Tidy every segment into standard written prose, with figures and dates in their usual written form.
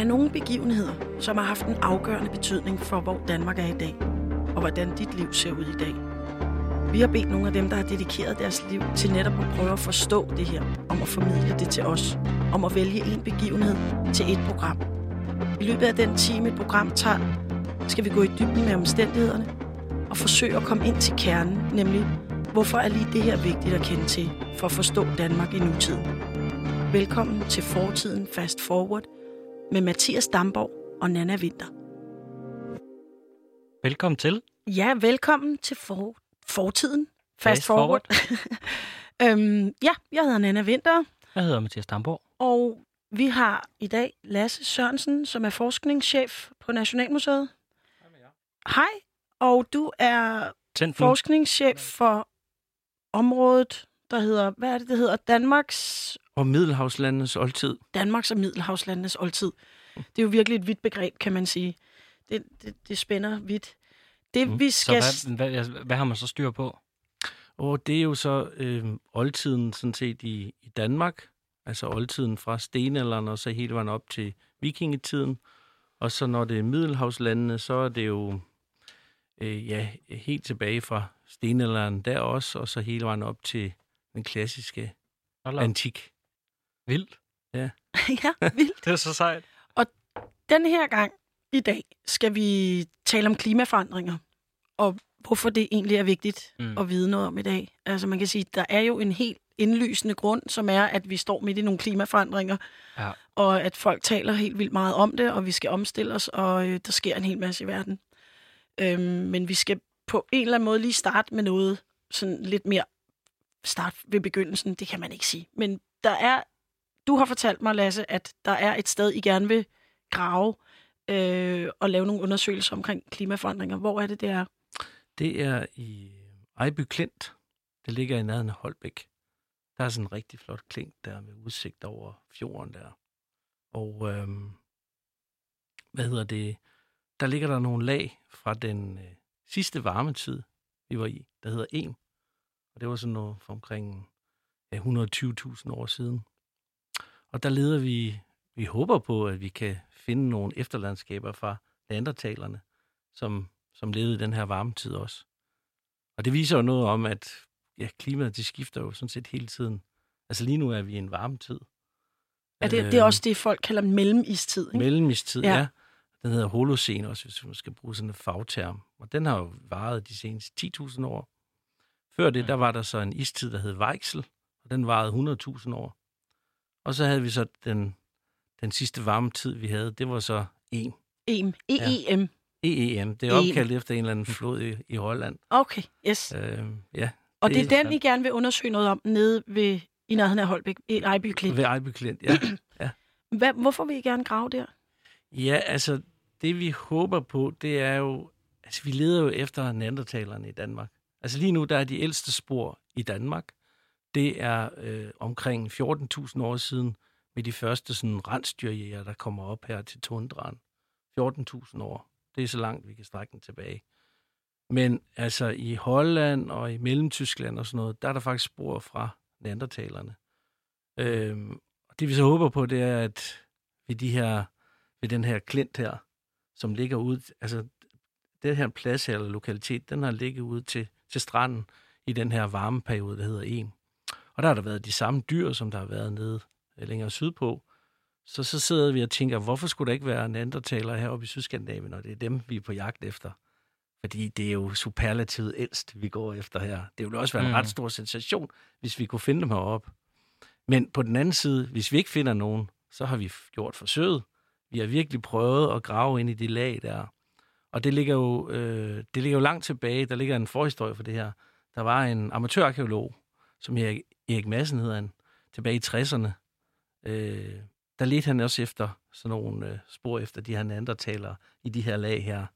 nogle begivenheder, som har haft en afgørende betydning for, hvor Danmark er i dag, og hvordan dit liv ser ud i dag. Vi har bedt nogle af dem, der har dedikeret deres liv til netop at prøve at forstå det her, om at formidle det til os, om at vælge en begivenhed til et program. I løbet af den time, et program tager, skal vi gå i dybden med omstændighederne og forsøge at komme ind til kernen, nemlig hvorfor er lige det her vigtigt at kende til for at forstå Danmark i nutiden. Velkommen til Fortiden Fast Forward med Mathias Damborg og Nanna Winther. Velkommen til. Ja, velkommen til Fortiden Fast Forward. Jeg hedder Nanna Winther. Jeg hedder Mathias Damborg. Og vi har i dag Lasse Sørensen, som er forskningschef på Nationalmuseet. Hej, og du er forskningschef for området, der hedder, hvad er det, det hedder? Danmarks og Middelhavslandenes oldtid. Danmarks og Middelhavslandenes oldtid. Det er jo virkelig et vidt begreb, kan man sige. Det spænder vidt. Det, vi skal... Så hvad har man så styr på? Og det er jo så oldtiden sådan set i Danmark. Altså oldtiden fra stenalderen og så hele vejen op til vikingetiden. Og så når det er Middelhavslandene, så er det jo helt tilbage fra stenalderen der også, og så hele vejen op til den klassiske antik. Vildt. Ja. Ja, vildt. Det er så sejt. Og den her gang i dag skal vi tale om klimaforandringer, og hvorfor det egentlig er vigtigt at vide noget om i dag. Altså man kan sige, der er jo en helt indlysende grund, som er, at vi står midt i nogle klimaforandringer, og at folk taler helt vildt meget om det, og vi skal omstille os, og der sker en hel masse i verden. Men vi skal på en eller anden måde lige starte med noget sådan lidt mere start ved begyndelsen, det kan man ikke sige. Men du har fortalt mig, Lasse, at der er et sted, I gerne vil grave og lave nogle undersøgelser omkring klimaforandringer. Hvor er det, det er? Det er i Ejby Klint. Det ligger i nærheden af Holbæk. Der er sådan en rigtig flot klint der med udsigt over fjorden der. Og der ligger der nogle lag fra den sidste varmetid, vi var i, der hedder Em. Og det var sådan noget for omkring 120.000 år siden. Og der leder vi håber på, at vi kan finde nogle efterlandskaber fra neandertalerne, som levede i den her varmetid også. Og det viser jo noget om, at klimaet det skifter jo sådan set hele tiden. Altså lige nu er vi i en varmetid. Det er også det, folk kalder mellemistid, ikke? Mellemistid, ja. Den hedder holocen også, hvis man skal bruge sådan en fagterm. Og den har jo varet de seneste 10.000 år. Før det, der var der så en istid, der hed Weichsel, og den varede 100.000 år. Og så havde vi så den sidste varme tid, vi havde, det var så Em. Em. E-E-M. E-E-M. Det er opkaldt efter en eller anden flod i Holland. Okay, yes. Ja. Og det er den, I gerne vil undersøge noget om nede i nærheden af Holbæk, i Ejby Klint. Ved Ejby Klint, ja. Ja. Hvorfor vil I gerne grave der? Ja, altså, det vi håber på, det er jo... Altså, vi leder jo efter neandertalerne i Danmark. Altså, lige nu, der er de ældste spor i Danmark. Det er omkring 14.000 år siden med de første sådan rensdyrjæger, der kommer op her til tundraen. 14.000 år. Det er så langt, vi kan strække den tilbage. Men altså i Holland og i Mellemtyskland og sådan noget, der er der faktisk spor fra neandertalerne. Det vi så håber på, det er, at ved den her klint her, som ligger ude, altså den her plads her, eller lokalitet, den har ligget ude til stranden i den her varmeperiode, der hedder Em. Og der har der været de samme dyr, som der har været nede længere sydpå. Så sidder vi og tænker, hvorfor skulle der ikke være neandertalere heroppe i Sydskandinavien, og det er dem, vi er på jagt efter. Fordi det er jo superlativt ældst, vi går efter her. Det ville også være en ret stor sensation, hvis vi kunne finde dem heroppe. Men på den anden side, hvis vi ikke finder nogen, så har vi gjort forsøget. Vi har virkelig prøvet at grave ind i de lag der. Og det ligger jo langt tilbage. Der ligger en forhistorie for det her. Der var en amatørarkæolog, som Erik Madsen hedder han, tilbage i 60'erne. Der ledte han også efter sådan nogle spor efter de her neandertalere i de her lag her.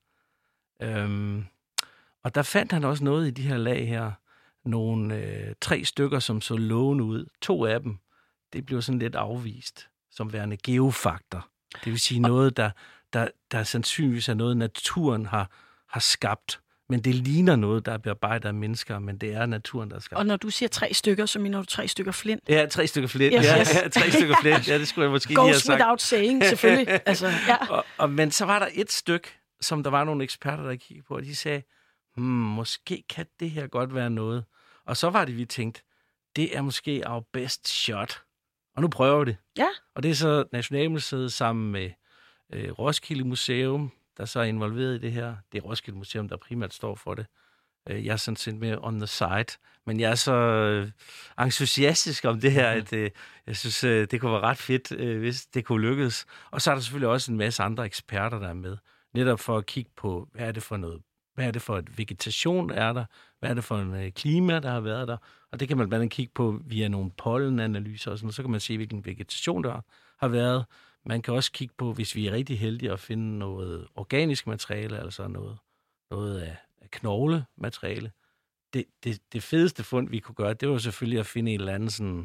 Og der fandt han også noget i de her lag her. Nogle 3 stykker, som så lovende ud. 2 af dem, det blev sådan lidt afvist som værende geofakter. Det vil sige noget, der sandsynligvis er noget, naturen har skabt Men det ligner noget, der er bearbejdet af mennesker, men det er naturen, der er skabt. Og når du siger 3 stykker, så mener du 3 stykker flint? Ja, 3 stykker flint. Yes, Ja, yes. 3 stykker flint. Ja, det skulle jeg måske lige have Goes sagt. without saying, selvfølgelig. Altså, ja. Men så var der et stykke, som der var nogle eksperter, der kiggede på, og de sagde, måske kan det her godt være noget. Og så var det, vi tænkte, det er måske our best shot. Og nu prøver vi det. Ja. Og det er så Nationalmuseet sammen med Roskilde Museum, der så er involveret i det her. Det er Roskilde Museum, der primært står for det. Jeg er sådan set med on the side. Men jeg er så entusiastisk om det her, at jeg synes, det kunne være ret fedt, hvis det kunne lykkes. Og så er der selvfølgelig også en masse andre eksperter, der er med. Netop for at kigge på, hvad er det for noget? Hvad er det for et vegetation, der er der? Hvad er det for en klima, der har været der? Og det kan man blandt andet kigge på via nogle pollenanalyser og sådan noget. Så kan man se, hvilken vegetation der har været. Man kan også kigge på, hvis vi er rigtig heldige at finde noget organisk materiale, altså noget af knoglemateriale. Det fedeste fund, vi kunne gøre, det var selvfølgelig at finde en eller anden sådan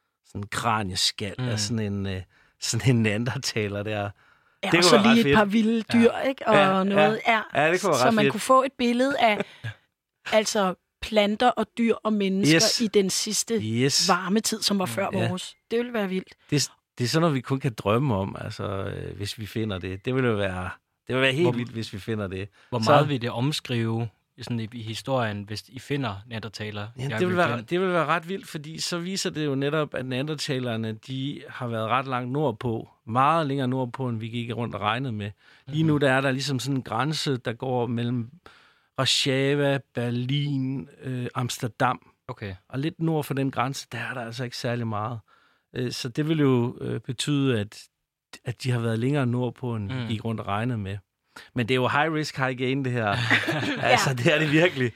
kranieskal af sådan en neandertaler der. Ja, det og så lige et fedt. par vilde dyr, ikke? Og noget det kunne være så ret man fedt. kunne få et billede af altså planter og dyr og mennesker i den sidste varme tid, som var før vores. Det ville være vildt. Det er sådan noget, vi kun kan drømme om, altså, hvis vi finder det. Det ville være helt vildt, hvis vi finder det. Hvor meget vil det omskrive sådan i historien, hvis I finder neandertaler? Ja, det vil være ret vildt, fordi så viser det jo netop, at neandertalerne, de har været ret langt nordpå. Meget længere nordpå, end vi gik rundt og regnede med. Lige nu der er der ligesom sådan en grænse, der går mellem Warszawa, Berlin, Amsterdam. Okay. Og lidt nord for den grænse, der er der altså ikke særlig meget. Så det vil jo betyde, at de har været længere nordpå, end vi gik rundt og regnede med. Men det er jo high risk, high gain, det her. Altså, det er det virkelig.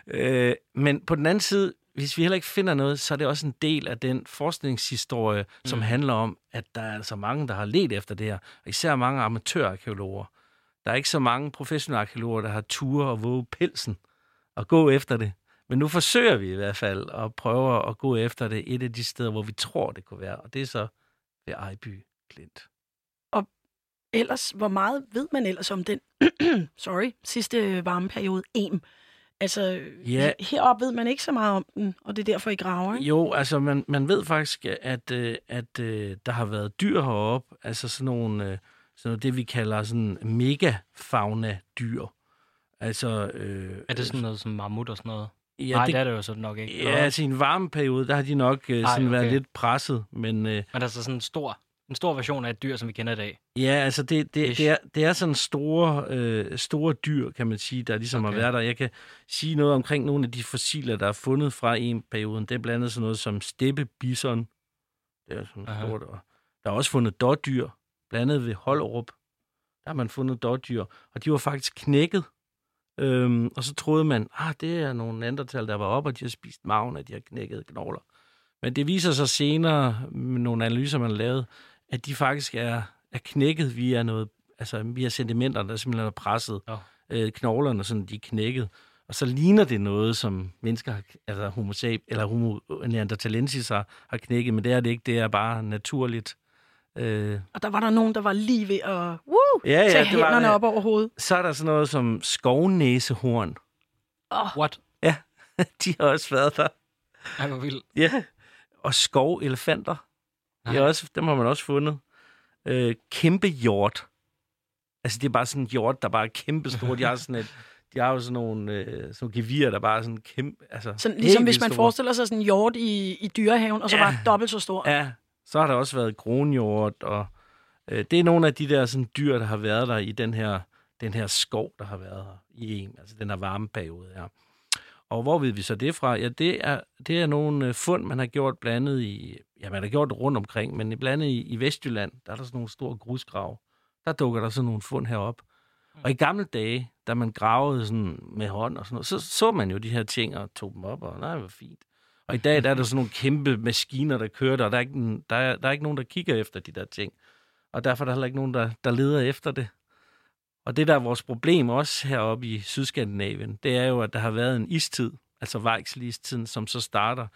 Men på den anden side, hvis vi heller ikke finder noget, så er det også en del af den forskningshistorie, som handler om, at der er altså mange, der har ledt efter det her. Og især mange amatørarkæologer. Der er ikke så mange professionelle arkeologer, der har ture og våge pelsen og gå efter det. Men nu forsøger vi i hvert fald at prøve at gå efter det et af de steder, hvor vi tror, det kunne være. Og det er så ved Ejby Klint. Og ellers, hvor meget ved man ellers om den sidste varmeperiode, EM? Altså, heroppe ved man ikke så meget om den, og det er derfor, I graver, ikke? Jo, altså, man ved faktisk, at der har været dyr heroppe, altså sådan nogle det, vi kalder sådan megafauna-dyr. Altså, er det sådan noget som mammut og sådan noget? Ja, nej, det er det jo sådan nok ikke. Ja, altså i en varmeperiode, der har de nok været lidt presset, men... Men altså sådan en stor version af et dyr, som vi kender i dag? Ja, altså det er sådan store dyr, kan man sige, der ligesom har været der. Jeg kan sige noget omkring nogle af de fossiler, der er fundet fra en periode. Det er blandt andet sådan noget som steppebison. Det er sådan stort. Og der er også fundet dådyr, blandt andet ved Hollerup. Der har man fundet dådyr, og de var faktisk knækket. Og så troede man, det er nogle neandertal, der var oppe, og de har spist maven, og de har knækket knogler. Men det viser sig senere, med nogle analyser, man har lavet, at de faktisk er knækket via noget, altså via sedimenterne, der simpelthen er presset knoglerne, sådan de er knækket. Og så ligner det noget, som mennesker, altså homo neanderthalensis har knækket, men det er det ikke, det er bare naturligt. Og der var der nogen, der var lige ved at tage hænderne op over hovedet. Så er der sådan noget som skovnæsehorn. What? Ja, de har også været der. Ej, hvor vildt. Ja, og skovelefanter. Dem har man også fundet. Kæmpe hjort. Altså, det er bare sådan en hjort, der bare er kæmpe store. De har jo sådan nogle gevier, der bare er sådan kæmpe... Altså, sådan, ligesom hvis man forestiller sig sådan en hjort i dyrehaven, og så var dobbelt så stor. Ja, så har der også været kronhjort, og det er nogle af de der sådan, dyr, der har været der i den her skov, der har været her i EM, altså den her varmeperiode her. Og hvor ved vi så det fra? Ja, det er nogle fund, man har gjort blandet i... Ja, man har gjort det rundt omkring, men blandet i Vestjylland, der er der sådan nogle store grusgrave. Der dukker der sådan nogle fund herop. Og i gamle dage, da man gravede sådan med hånd og sådan noget, så man jo de her ting og tog dem op, og nej, hvor fint. Og i dag, der er der sådan nogle kæmpe maskiner, der kører der, og der er ikke nogen, der kigger efter de der ting. Og derfor er der heller ikke nogen, der leder efter det. Og det, der er vores problem også heroppe i Sydskandinavien, det er jo, at der har været en istid, altså Weichsel-istiden, som så starter,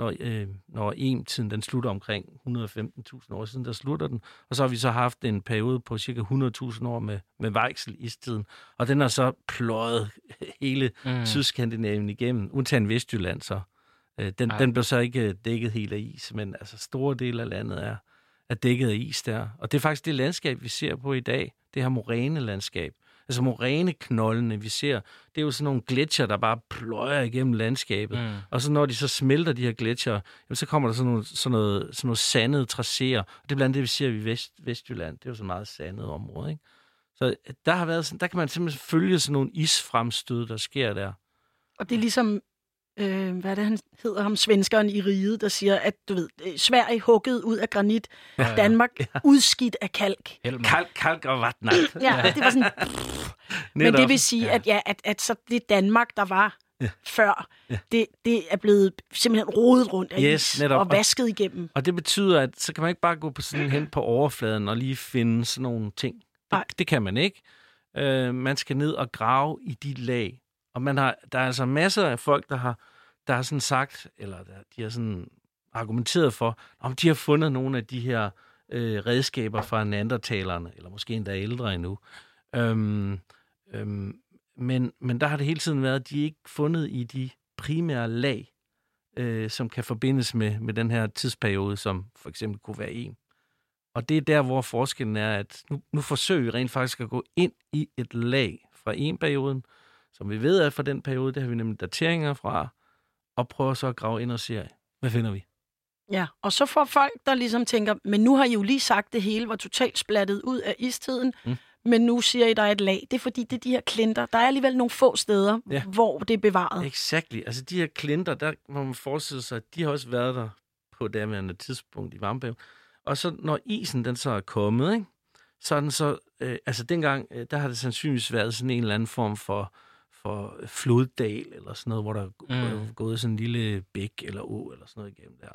når EM-tiden den slutter omkring 115.000 år siden, der slutter den. Og så har vi så haft en periode på cirka 100.000 år med Weichsel-istiden. Og den har så pløjet hele Sydskandinavien igennem, undtagen Vestjylland så. Den blev så ikke dækket helt af is, men altså store dele af landet er dækket af is der. Og det er faktisk det landskab, vi ser på i dag, det her morænelandskab. Altså moræneknoldene, vi ser, det er jo sådan nogle gletsjer, der bare pløjer igennem landskabet. Og så når de så smelter, de her gletsjer, så kommer der sådan noget sandet tracéer. Og det er blandt andet det, vi ser i Vestjylland. Det er jo sådan et meget sandet område, ikke? Så der kan man simpelthen følge sådan nogle isfremstød, der sker der. Og det er ligesom, hvad er det, han hedder ham, svenskeren i riget, der siger, at du ved, Sverige hugget ud af granit, Danmark udskidt af kalk. Kalk og vatnat. Ja, det var sådan... Men det vil sige, at så det Danmark, der var før, det er blevet simpelthen rodet rundt af is og vasket igennem. Og det betyder, at så kan man ikke bare gå på sådan hen på overfladen og lige finde sådan nogle ting. Det kan man ikke. Man skal ned og grave i de lag. Og der er altså masser af folk, der har sådan sagt, eller de har sådan argumenteret for, om de har fundet nogle af de her redskaber fra neandertalerne, eller måske endda ældre endnu. Men der har det hele tiden været, at de ikke fundet i de primære lag, som kan forbindes med den her tidsperiode, som for eksempel kunne være en. Og det er der, hvor forskellen er, at nu forsøger vi rent faktisk at gå ind i et lag fra en-perioden, som vi ved er fra den periode, det har vi nemlig dateringer fra, og prøver så at grave ind og se, hvad finder vi? Ja, og så får folk, der ligesom tænker, men nu har I jo lige sagt, det hele var totalt splattet ud af istiden, men nu siger I, der er et lag. Det er fordi, det er de her klinter. Der er alligevel nogle få steder, hvor det er bevaret. Exakt. Altså de her klinter, der må man forestille sig, at de har også været der på daværende tidspunkt i varmeperioden. Og så når isen den så er kommet, ikke, så er den så, altså dengang, der har det sandsynligvis været sådan en eller anden form for floddal, eller sådan noget, hvor der er gået sådan en lille bæk eller å, eller sådan noget igennem der.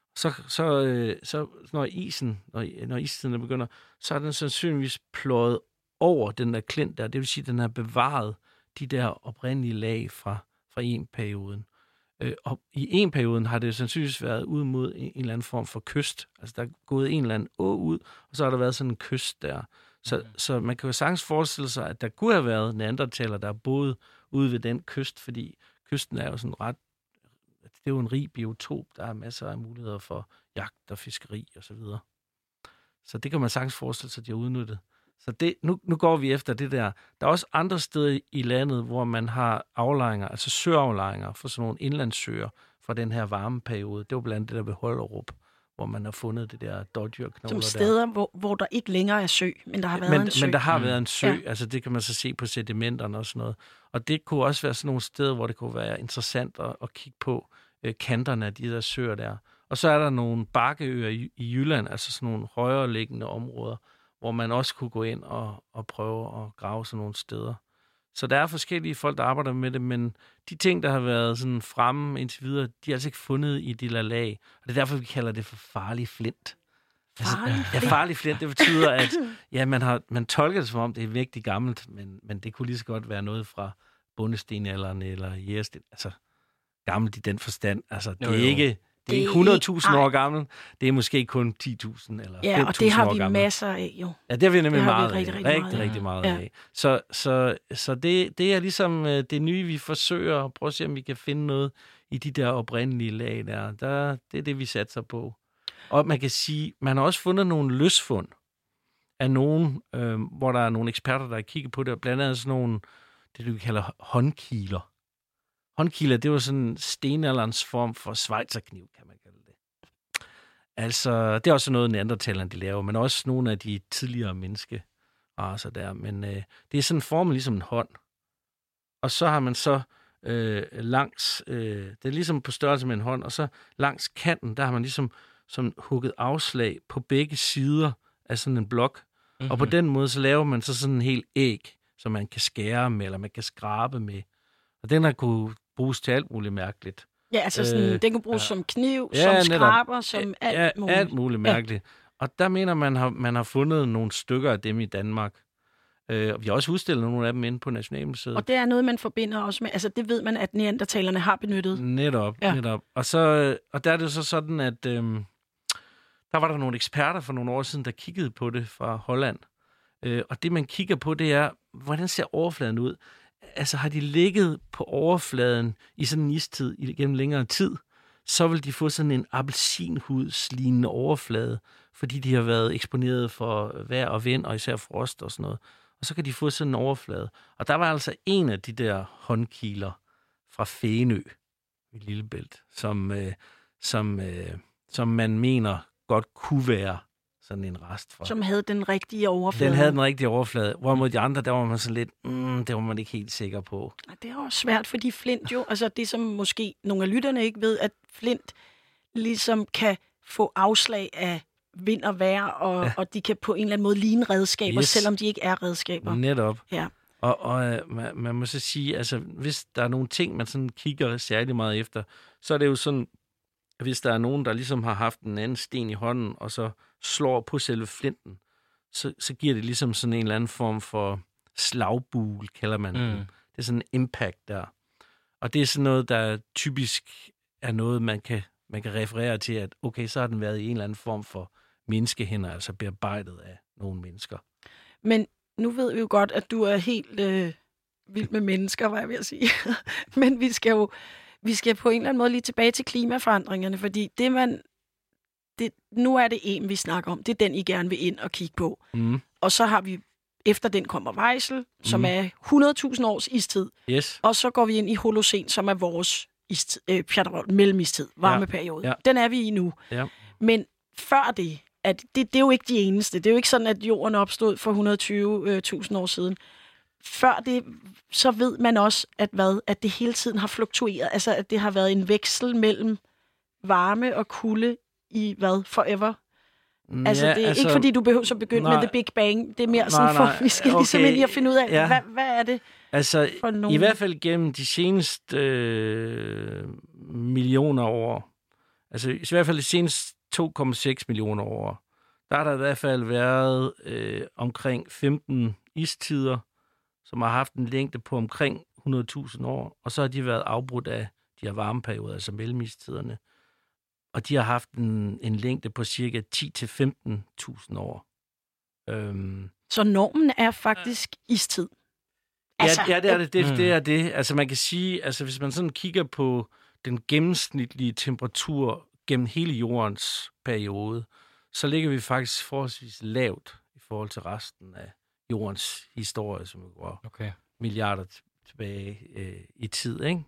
Så når istiden begynder, så er den sandsynligvis pløjet over den der klint der. Det vil sige, at den har bevaret de der oprindelige lag fra en-perioden. Og i en-perioden har det sandsynligvis været ud mod en eller anden form for kyst. Altså der er gået en eller anden å ud, og så har der været sådan en kyst der. Så man kan jo sagtens forestille sig, at der kunne have været neandertaler, der boede ude ved den kyst, fordi kysten er jo sådan ret... Det er jo en rig biotop, der er masser af muligheder for jagt og fiskeri og så videre. Så det kan man sagtens forestille sig, at de har udnyttet. Så nu går vi efter det der. Der er også andre steder i landet, hvor man har aflejringer, altså søaflejringer for sådan nogle indlandssøer fra den her varmeperiode. Det var blandt andet det der ved Hollerup, hvor man har fundet det der dårdyrknogler. Som steder, hvor der ikke længere er sø, men der har været en sø. Men der har været en sø, altså det kan man så se på sedimenterne og sådan noget. Og det kunne også være sådan nogle steder, hvor det kunne være interessant at kigge på kanterne af de der søer der. Og så er der nogle bakkeøer i Jylland, altså sådan nogle højere liggende områder, hvor man også kunne gå ind og prøve at grave sådan nogle steder. Så der er forskellige folk, der arbejder med det, men de ting, der har været sådan fremme indtil videre, de er altså ikke fundet i de der lag. Og det er derfor, vi kalder det for farlig flint. Farlig flint, det betyder, at man tolker det som om, det er virkelig gammelt, men det kunne lige så godt være noget fra bondestenalderen eller jægersten. Altså gammelt i den forstand. Altså, det er ikke... Det er ikke 100.000 år gammel. Det er måske kun 10.000 eller 5.000 år gammel. Ja, og det har vi masser af, jo. Ja, det har vi nemlig meget rigtig meget af. Så det er ligesom det nye, vi forsøger at prøve at se, om vi kan finde noget i de der oprindelige lag der. Det er det, vi satser på. Og man kan sige, man har også fundet nogle løsfund af nogen, hvor der er nogle eksperter, der har kigget på det, og blandt andet sådan nogle, det vi kalder håndkiler. Håndkiler, det var sådan stenalderens form for schweizerkniv, kan man kalde det. Altså, det er også noget, neandertalerne de laver, men også nogle af de tidligere menneskeracer der. Men det er sådan formet ligesom en hånd. Og så har man så langs, det er ligesom på størrelse med en hånd, og så langs kanten, der har man ligesom som hugget afslag på begge sider af sådan en blok. Mm-hmm. Og på den måde, så laver man så sådan en hel æg, som man kan skære med, eller man kan skrabe med. Og den har kunne bruges til alt muligt mærkeligt. Ja, altså sådan, den kan bruges som kniv, som skraber, som alt muligt. Alt muligt mærkeligt. Ja. Og der mener man har fundet nogle stykker af dem i Danmark. Og vi har også udstillet nogle af dem inde på Nationalmuseet. Og det er noget, man forbinder også med, altså det ved man, at neandertalerne har benyttet. Netop. Og der er det så sådan, at der var der nogle eksperter for nogle år siden, der kiggede på det fra Holland. Og det, man kigger på, det er, hvordan ser overfladen ud? har de ligget på overfladen i sådan en istid igennem længere tid, så vil de få sådan en appelsinhudslignende overflade, fordi de har været eksponeret for vejr og vind, og især frost og sådan noget. Og så kan de få sådan en overflade. Og der var altså en af de der håndkiler fra Fænø i Lillebælt, som man mener godt kunne være sådan en rest fra. Som havde den rigtige overflade. Den havde den rigtige overflade. Hvorimod de andre, der var man sådan lidt, det var man ikke helt sikker på. Det er også svært, fordi flint jo, altså det som måske nogle af lytterne ikke ved, at flint ligesom kan få afslag af vind og vejr, og de kan på en eller anden måde ligne redskaber, selvom de ikke er redskaber. Netop. Ja. Og man må så sige, altså hvis der er nogle ting, man sådan kigger særlig meget efter, så er det jo sådan, hvis der er nogen, der ligesom har haft en anden sten i hånden, og så slår på selve flinten, så giver det ligesom sådan en eller anden form for slagbul, kalder man det. Det er sådan en impact der. Og det er sådan noget, der typisk er noget, man kan referere til, at okay, så har den været i en eller anden form for menneskehænder, altså bearbejdet af nogle mennesker. Men nu ved vi jo godt, at du er helt vild med mennesker, var jeg ved at sige. Men vi skal på en eller anden måde lige tilbage til klimaforandringerne, fordi nu er det en, vi snakker om. Det er den, I gerne vil ind og kigge på. Og så har vi, efter den kommer Vejsel, som er 100.000 års istid. Yes. Og så går vi ind i Holocen, som er vores mellemistid, varmeperiode. Ja. Den er vi i nu. Ja. Men før det, det er jo ikke de eneste. Det er jo ikke sådan, at jorden opstod for 120.000 år siden. Før det, så ved man også, at det hele tiden har fluktueret. Altså, at det har været en veksel mellem varme og kulde i forever. Altså, det er ikke fordi, du behøver så begynde med The Big Bang. Det er mere sådan for, vi skal ligesom ind i at finde ud af, hvad er det for nogen? I hvert fald gennem de seneste millioner år, altså i hvert fald de seneste 2,6 millioner år, der har der i hvert fald været omkring 15 istider, som har haft en længde på omkring 100.000 år, og så har de været afbrudt af de her varmeperioder, altså mellemistiderne. Og de har haft en længde på cirka 10-15.000 år. Så normen er faktisk istid? Altså, ja, det er det. Det er det. Altså man kan sige, altså hvis man sådan kigger på den gennemsnitlige temperatur gennem hele jordens periode, så ligger vi faktisk forholdsvis lavt i forhold til resten af jordens historie, som går milliarder tilbage i tid, ikke?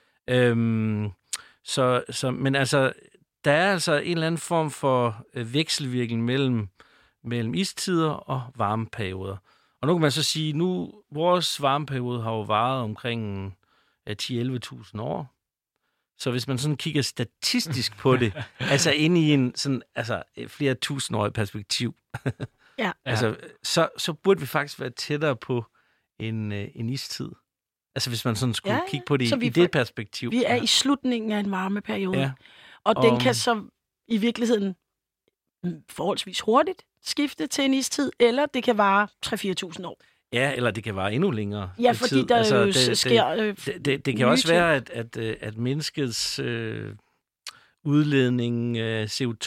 Men altså, der er altså en eller anden form for vekselvirkning mellem istider og varmeperioder. Og nu kan man så sige, vores varmeperiode har jo varet omkring 10-11.000 år. Så hvis man sådan kigger statistisk på det, altså inde i en sådan, altså flere tusindårig perspektiv, altså, så burde vi faktisk være tættere på en istid. Altså hvis man sådan skulle kigge på det i det perspektiv. Vi er i slutningen af en varmeperiode, og den kan så i virkeligheden forholdsvis hurtigt skifte til en istid, eller det kan vare 3-4.000 år. Ja, eller det kan vare endnu længere. Ja, fordi tid. Der jo sker det kan også være, at menneskets udledning CO2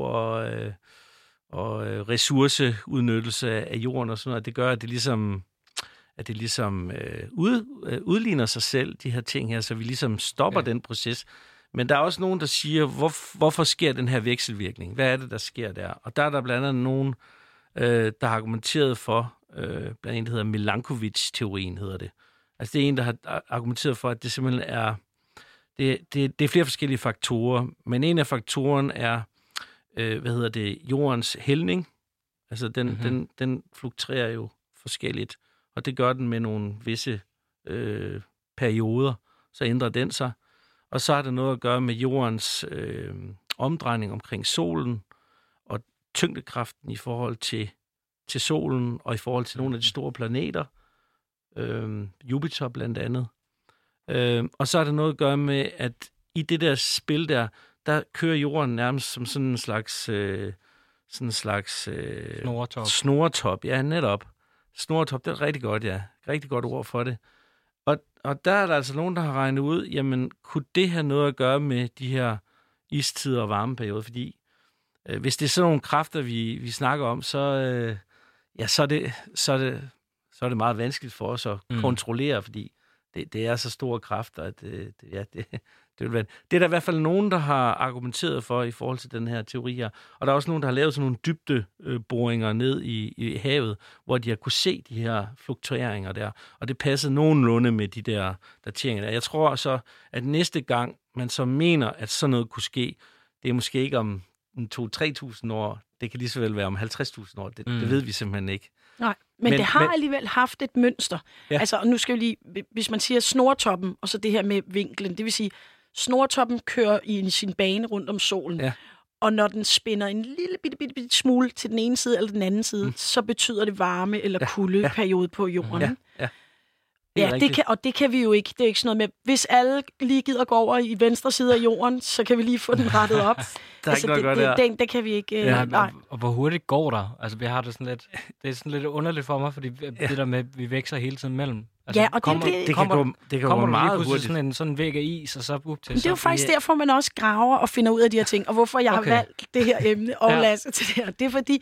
og ressourceudnyttelse af jorden og sådan noget, det gør, at det ligesom udligner sig selv, de her ting her, så vi ligesom stopper den proces. Men der er også nogen, der siger, hvorfor sker den her vekselvirkning? Hvad er det, der sker der? Og der er der blandt andet nogen, der har argumenteret for, blandt andet, der hedder Milankovitch-teorien, hedder det. Altså det er en, der har argumenteret for, at det simpelthen er, det er flere forskellige faktorer, men en af faktorerne er, jordens hældning. Altså den fluktuerer jo forskelligt, og det gør den med nogle visse perioder, så ændrer den sig. Og så har det noget at gøre med jordens omdrejning omkring solen, og tyngdekraften i forhold til solen, og i forhold til nogle af de store planeter, Jupiter blandt andet. Og så har det noget at gøre med, at i det der spil der kører jorden nærmest som sådan en slags snoretop. Ja, netop. Snoretop, det er rigtig godt, ja. Rigtig godt ord for det. Og der er der altså nogen, der har regnet ud, jamen, kunne det have noget at gøre med de her istider og varmeperioder? Fordi hvis det er sådan nogle kræfter, vi snakker om, så er det meget vanskeligt for os at kontrollere, fordi det er så store kræfter, at det vil være. Det er der i hvert fald nogen, der har argumenteret for i forhold til den her teori her. Og der er også nogen, der har lavet sådan nogle dybdeboringer ned i havet, hvor de har kunne se de her fluktueringer der. Og det passede nogenlunde med de der dateringer der. Jeg tror så, at næste gang man så mener, at sådan noget kunne ske, det er måske ikke om 2-3.000 år. Det kan lige så vel være om 50.000 år. Det ved vi simpelthen ikke. Nej, men det har alligevel haft et mønster. Ja. Altså, og nu skal vi lige, hvis man siger snortoppen, og så det her med vinklen, det vil sige, snortoppen kører i sin bane rundt om solen, og når den spænder en lille bitte smule til den ene side eller den anden side, så betyder det varme eller kuldeperiode på jorden. Det kan vi jo ikke. Det er ikke sådan noget med, hvis alle lige gider gå over i venstre side af jorden, så kan vi lige få den rettet op. Det kan vi ikke. Nej. Og hvor hurtigt går der? Altså, vi har det sådan lidt. Det er sådan lidt underligt for mig, fordi det der med, vi vækser hele tiden mellem. Altså, og det kan gå meget hurtigt. Sådan en væg af is, og så up til. Det er jo faktisk derfor, man også graver og finder ud af de her ting, og hvorfor jeg har valgt det her emne og Lasse til det her. Det er fordi,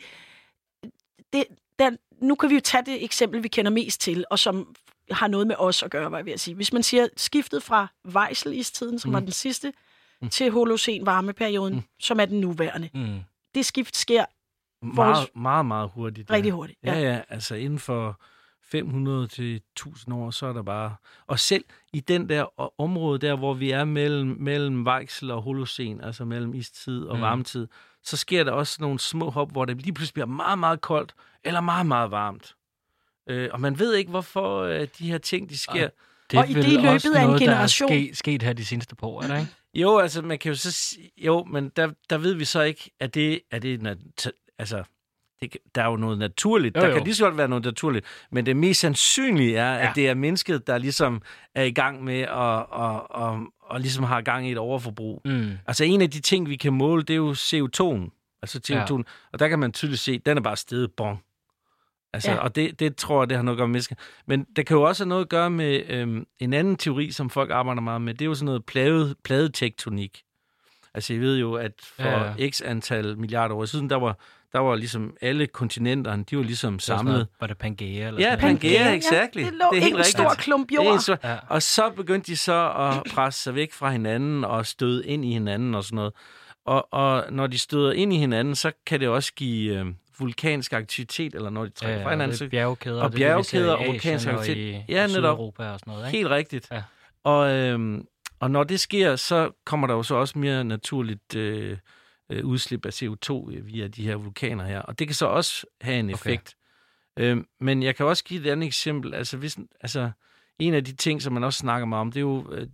nu kan vi jo tage det eksempel, vi kender mest til, og som har noget med os at gøre, hvad jeg vil sige. Hvis man siger skiftet fra Weichsel-istiden, som var den sidste, til Holocen-varmeperioden, som er den nuværende. Det skift sker meget hurtigt. Rigtig hurtigt, ja. Altså inden for 500 til 1000 år, så er der bare... Og selv i den der område der, hvor vi er mellem Weichsel og Holocen, altså mellem istid og varmtid, så sker der også nogle små hop, hvor det lige pludselig bliver meget, meget koldt, eller meget, meget varmt. Og man ved ikke, hvorfor de her ting, de sker. Og i det i løbet af en generation. Der er sket her de seneste par år, er det ikke? Jo, altså man kan jo så... Jo, men der ved vi så ikke, at det altså... Der er jo noget naturligt. Der kan lige så godt være noget naturligt. Men det mest sandsynlige er, at det er mennesket, der ligesom er i gang med og ligesom har gang i et overforbrug. Altså en af de ting, vi kan måle, det er jo CO2'en. Altså CO2'en. Og der kan man tydeligt se, at den er bare steget. Bong. Altså, og det tror jeg, det har noget at gøre med mennesker. Men det kan jo også have noget at gøre med en anden teori, som folk arbejder meget med. Det er jo sådan noget pladetektonik. Altså jeg ved jo, at for x antal milliarder år siden, der var ligesom alle kontinenterne, de var ligesom samlet. Var det Pangea? Eller ja, Pangea, exakt. Det lå det er en stor klump jord. Og så begyndte de så at presse sig væk fra hinanden og støde ind i hinanden og sådan noget. Og når de støder ind i hinanden, så kan det også give vulkansk aktivitet, eller når de trækker fra hinanden. Det bjergkæder. Og bjergkæder og vulkansk aktivitet. Ja, netop. Europa og sådan noget, ikke? Helt rigtigt. Ja. Og når det sker, så kommer der jo så også mere naturligt udslip af CO2 via de her vulkaner her. Og det kan så også have en effekt. Men jeg kan også give et andet eksempel. Altså, en af de ting, som man også snakker meget om, det er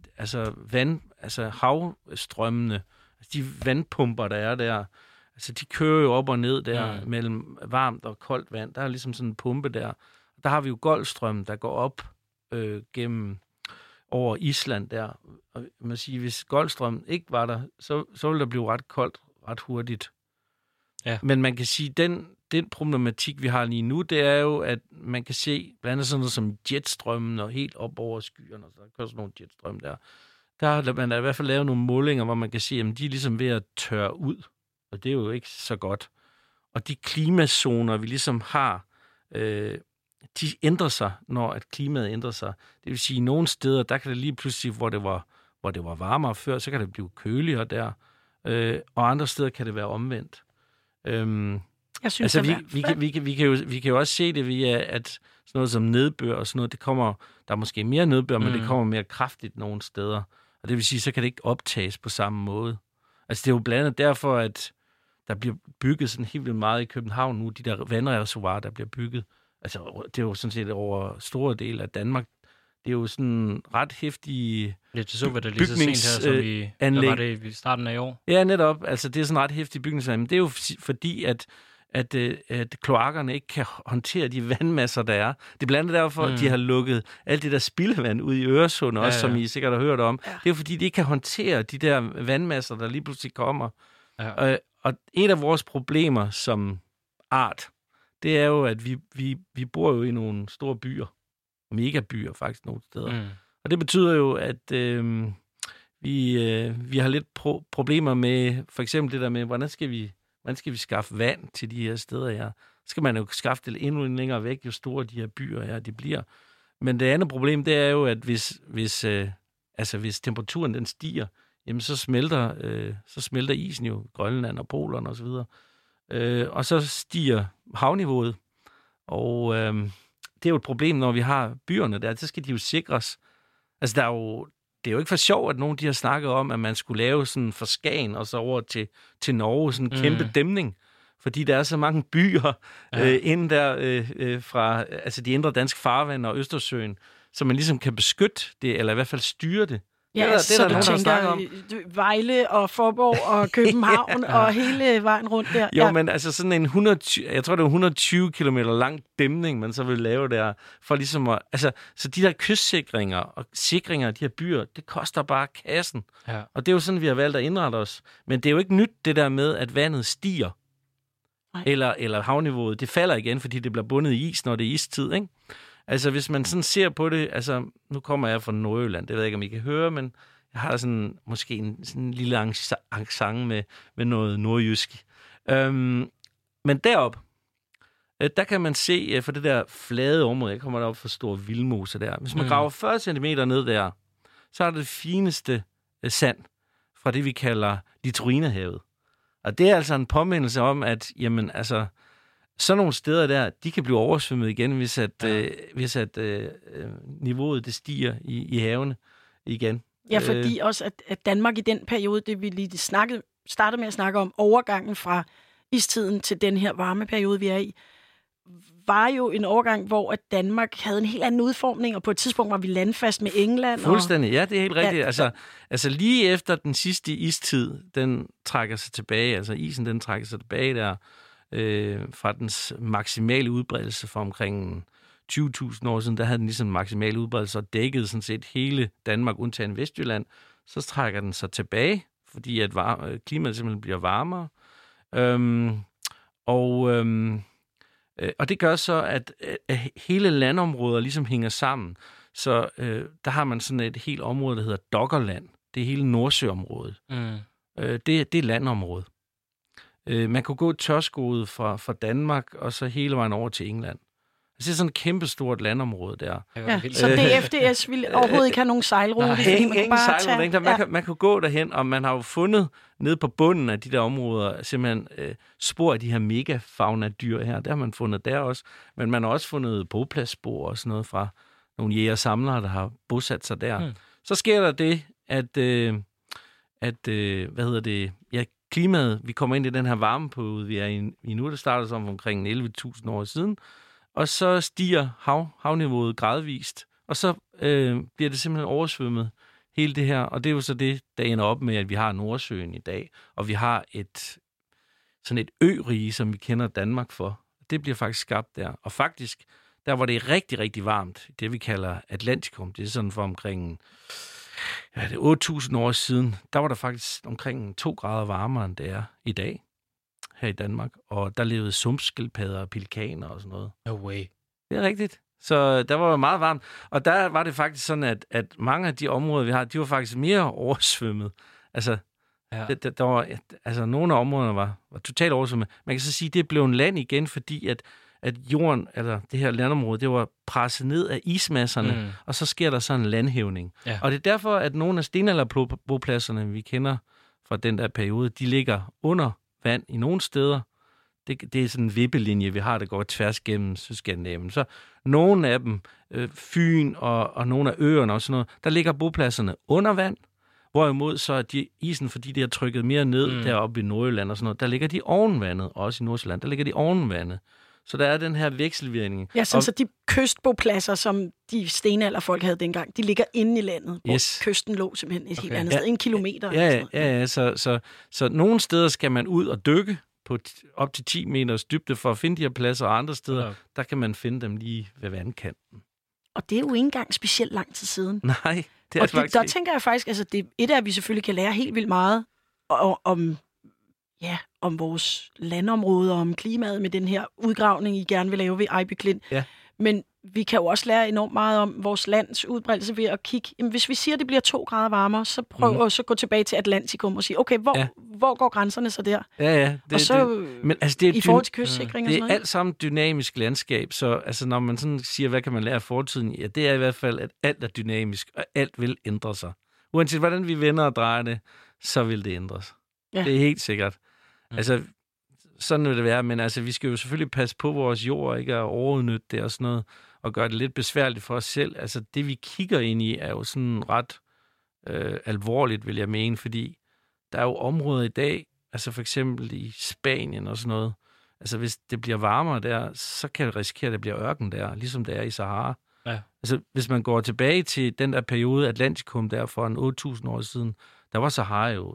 jo havstrømmene. Altså de vandpumper, der er der. Altså, de kører jo op og ned der mellem varmt og koldt vand. Der er ligesom sådan en pumpe der. Der har vi jo Golfstrømmen, der går op gennem over Island der. Og man siger, hvis Golfstrømmen ikke var der, så ville der blive ret koldt ret hurtigt. Ja. Men man kan sige, den problematik, vi har lige nu, det er jo, at man kan se blandt andet sådan noget som jetstrømmen og helt op over skyerne, og så kører sådan nogle jetstrøm der. Der har man i hvert fald lavet nogle målinger, hvor man kan se, at de er ligesom ved at tørre ud. Og det er jo ikke så godt. Og de klimazoner, vi ligesom har, de ændrer sig, når at klimaet ændrer sig. Det vil sige, at nogle steder, der kan det lige pludselig, hvor det var varmere før, så kan det blive køligere der. Og andre steder kan det være omvendt. Jeg synes, vi kan jo også se det via, at sådan noget som nedbør og sådan noget, det kommer, der er måske mere nedbør, men det kommer mere kraftigt nogle steder. Og det vil sige, så kan det ikke optages på samme måde. Altså det er jo blandt andet derfor, at der bliver bygget sådan helt vildt meget i København nu, de der vandreservoirer, der bliver bygget. Altså det er jo sådan set over store dele af Danmark. Det er jo sådan ret hæftige bygningsanlæg. Der var det i starten af i år. Ja, netop. Altså det er sådan ret hæftige bygningsanlæg. Men det er jo fordi, at kloakkerne ikke kan håndtere de vandmasser, der er. Det er blandt andet derfor, at de har lukket alt det der spildevand ud i Øresund, også, som I sikkert har hørt om. Ja. Det er jo fordi, de ikke kan håndtere de der vandmasser, der lige pludselig kommer. Ja. Og et af vores problemer som art, det er jo, at vi bor jo i nogle store byer. Megabyer faktisk nogle steder. Og det betyder jo, at vi har lidt problemer med, for eksempel det der med, hvordan skal vi skaffe vand til de her steder her? Så skal man jo skaffe det endnu længere væk, jo store de her byer her, de bliver. Men det andet problem, det er jo, at hvis temperaturen den stiger, jamen så smelter isen jo, Grønland og Polerne osv. Og så stiger havniveauet. Og det er jo et problem, når vi har byerne der, så skal de jo sikres. Altså det er jo ikke for sjovt, at nogen de har snakket om, at man skulle lave sådan fra Skagen og så over til Norge, sådan en kæmpe dæmning. Fordi der er så mange byer inden der fra altså de indre danske farvande og Østersøen, så man ligesom kan beskytte det, eller i hvert fald styre det. Ja, det er der nogen, der snakker om. Vejle og Faaborg og København og hele vejen rundt der. Jo, men altså sådan en 120 kilometer lang dæmning, man så vil lave der, for ligesom at, altså, så de der kystsikringer og sikringer af de her byer, det koster bare kassen. Ja. Og det er jo sådan, vi har valgt at indrette os. Men det er jo ikke nyt, det der med, at vandet stiger. Eller havniveauet. Det falder igen, fordi det bliver bundet i is, når det er istid, ikke? Altså, hvis man sådan ser på det, altså, nu kommer jeg fra Nordjylland, det ved jeg ikke, om I kan høre, men jeg har sådan, måske sådan en lille accent med noget nordjysk. Men derop, der kan man se, for det der flade område, jeg kommer derop for store vildmose der, hvis man graver 40 cm ned der, så er det fineste sand fra det, vi kalder Litorinahavet. Og det er altså en påmindelse om, at, jamen, altså, sådan nogle steder der, de kan blive oversvømmet igen, hvis niveauet det stiger i havene igen. Ja, fordi også, at Danmark i den periode, det vi lige startede med at snakke om, overgangen fra istiden til den her varmeperiode, vi er i, var jo en overgang, hvor at Danmark havde en helt anden udformning, og på et tidspunkt var vi landfast med England. Fuldstændig, ja, det er helt rigtigt. Ja, altså lige efter den sidste istid, den trækker sig tilbage, altså isen, den trækker sig tilbage der, fra dens maksimale udbredelse for omkring 20.000 år siden, der havde den ligesom maksimal udbredelse og dækkede sådan set hele Danmark, undtagen Vestjylland. Så trækker den sig tilbage, fordi at klimaet simpelthen bliver varmere. Og det gør så, at hele landområder ligesom hænger sammen. Så der har man sådan et helt område, der hedder Doggerland. Det er hele Nordsøområdet. Det er landområdet. Man kunne gå tørskoet fra Danmark, og så hele vejen over til England. Det er sådan et kæmpestort landområde der. Ja, så DFDS ville overhovedet ikke have nogen sejlrute? Ingen sejlrute. Man kunne gå derhen, og man har jo fundet nede på bunden af de der områder simpelthen spor af de her megafauna-dyr her. Der har man fundet der også. Men man har også fundet bopladsspor og sådan noget fra nogle jæger-samlere, der har bosat sig der. Så sker der det, at klimaet, vi kommer ind i den her varmeperiode, vi er i nu, der starter som omkring 11.000 år siden, og så stiger havniveauet gradvist, og så bliver det simpelthen oversvømmet, hele det her, og det er jo så det, der ender op med, at vi har Nordsøen i dag, og vi har sådan et ørige, som vi kender Danmark for. Det bliver faktisk skabt der, og faktisk, der hvor det er rigtig, rigtig varmt, det vi kalder Atlantikum, det er sådan for omkring 8.000 år siden, der var der faktisk omkring 2 grader varmere, end det er i dag her i Danmark. Og der levede sumpskildpadder og pelikaner og sådan noget. No way. Det er rigtigt. Så der var meget varmt. Og der var det faktisk sådan, at mange af de områder, vi har, de var faktisk mere oversvømmet. Altså, der var, altså nogle af områderne var totalt oversvømmet. Man kan så sige, at det blev en land igen, fordi at jorden, eller det her landområde, det var presset ned af ismasserne, og så sker der sådan en landhævning. Ja. Og det er derfor, at nogle af stenalderbopladserne, vi kender fra den der periode, de ligger under vand i nogle steder. Det er sådan en vippelinje, vi har, der går tværs gennem Sydskandinavien. Så nogle af dem, Fyn og nogle af øerne og sådan noget, der ligger bopladserne under vand, hvorimod så er isen, fordi det er trykket mere ned deroppe i Nordjylland og sådan noget, der ligger de ovenvandet, også i Nordsjælland, der ligger de ovenvandet. Så der er den her vekselvirkning. Ja, så de kystbopladser, som de stenalderfolk havde dengang, de ligger inde i landet, hvor kysten lå simpelthen et helt andet sted, 1 kilometer. Ja, så nogle steder skal man ud og dykke på op til 10 meters dybde for at finde de her pladser, og andre steder, der kan man finde dem lige ved vandkanten. Og det er jo ikke engang specielt lang tid siden. Nej, det er og faktisk der tænker jeg faktisk, altså et af, at vi selvfølgelig kan lære helt vildt meget om vores landområder, om klimaet med den her udgravning, I gerne vil lave ved Ejby Klint. Ja. Men vi kan jo også lære enormt meget om vores lands udbredelse ved at kigge. Jamen, hvis vi siger, at det bliver 2 grader varmere, så prøv at så gå tilbage til Atlantikum og sige, okay, hvor går grænserne så der? Ja. Og så men, altså, det er i forhold til kystsikring og sådan noget. Det er alt sammen dynamisk landskab, så altså, når man sådan siger, hvad kan man lære af fortiden? Ja, det er i hvert fald, at alt er dynamisk, og alt vil ændre sig. Uanset hvordan vi vender og drejer det, så vil det ændres. Ja. Det er helt sikkert. Altså, sådan vil det være, men altså, vi skal jo selvfølgelig passe på vores jord, ikke at overudnytte det og sådan noget, og gøre det lidt besværligt for os selv. Altså, det vi kigger ind i, er jo sådan ret alvorligt, vil jeg mene, fordi der er jo områder i dag, altså for eksempel i Spanien og sådan noget, altså hvis det bliver varmere der, så kan det risikere, at det bliver ørken der, ligesom det er i Sahara. Ja. Altså, hvis man går tilbage til den der periode, Atlantikum der for en 8.000 år siden, der var Sahara jo,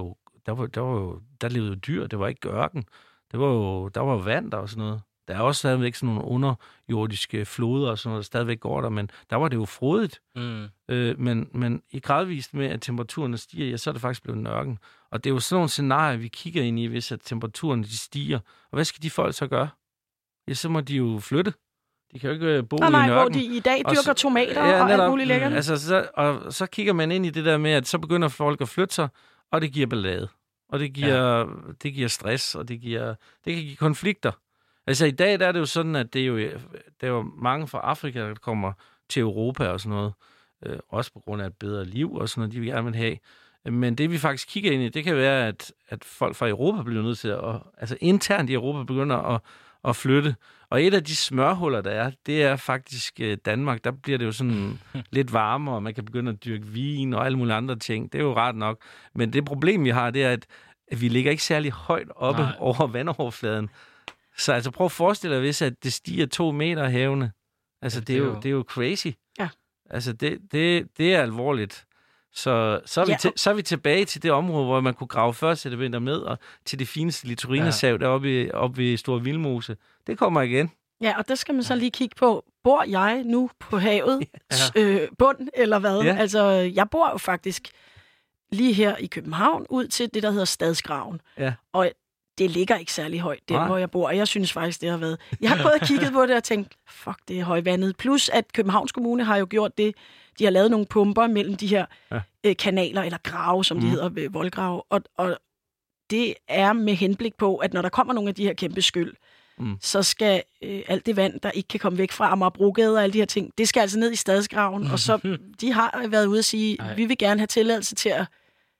der levede jo dyr, det var ikke ørken. Der var jo vand der og sådan noget. Der er også stadigvæk sådan nogle underjordiske floder og sådan noget, der stadigvæk går der, men der var det jo frodigt. Men i gradvist med, at temperaturen stiger, ja, så er det faktisk blevet en ørken. Og det er jo sådan nogle scenarier, vi kigger ind i, hvis at temperaturen de stiger. Og hvad skal de folk så gøre? Ja, så må de jo flytte. De kan jo ikke bo i en ørken. Hvor de i dag dyrker tomater og alt muligt lækkert. Altså, så kigger man ind i det der med, at så begynder folk at flytte sig, og det giver ballade. Og det giver stress, og det kan give konflikter. Altså i dag der er det jo sådan, at der er jo mange fra Afrika, der kommer til Europa og sådan noget. Også på grund af et bedre liv og sådan noget, de vil gerne vil have. Men det vi faktisk kigger ind i, det kan være, at folk fra Europa bliver nødt til altså internt i Europa begynder at flytte. Og et af de smørhuller, der er, det er faktisk Danmark. Der bliver det jo sådan lidt varmere, og man kan begynde at dyrke vin og alle mulige andre ting. Det er jo rart nok. Men det problem, vi har, det er, at vi ligger ikke særlig højt oppe over vandoverfladen. Så altså prøv at forestille dig, hvis at det stiger 2 meter havene. Altså det er jo crazy. Ja. Altså det er alvorligt. Så er vi tilbage til det område, hvor man kunne grave 40 centimeter med, og til det fineste litorinasav deroppe ved Store Vildmose. Det kommer igen. Ja, og der skal man så lige kigge på, bor jeg nu på havet bund, eller hvad? Ja. Altså, jeg bor jo faktisk lige her i København, ud til det, der hedder Stadsgraven. Ja. Og det ligger ikke særlig højt, der hvor jeg bor, og jeg synes faktisk, det har været... Jeg har gået og kigget på det og tænkt, fuck, det er højvandet. Plus, at Københavns Kommune har jo gjort det, de har lavet nogle pumper mellem de her kanaler, eller grave, som de hedder, voldgrave, og det er med henblik på, at når der kommer nogle af de her kæmpe skyld, så skal alt det vand, der ikke kan komme væk fra Amagerbrogade og alle de her ting, det skal altså ned i Stadsgraven, og så de har været ude at sige, vi vil gerne have tilladelse til at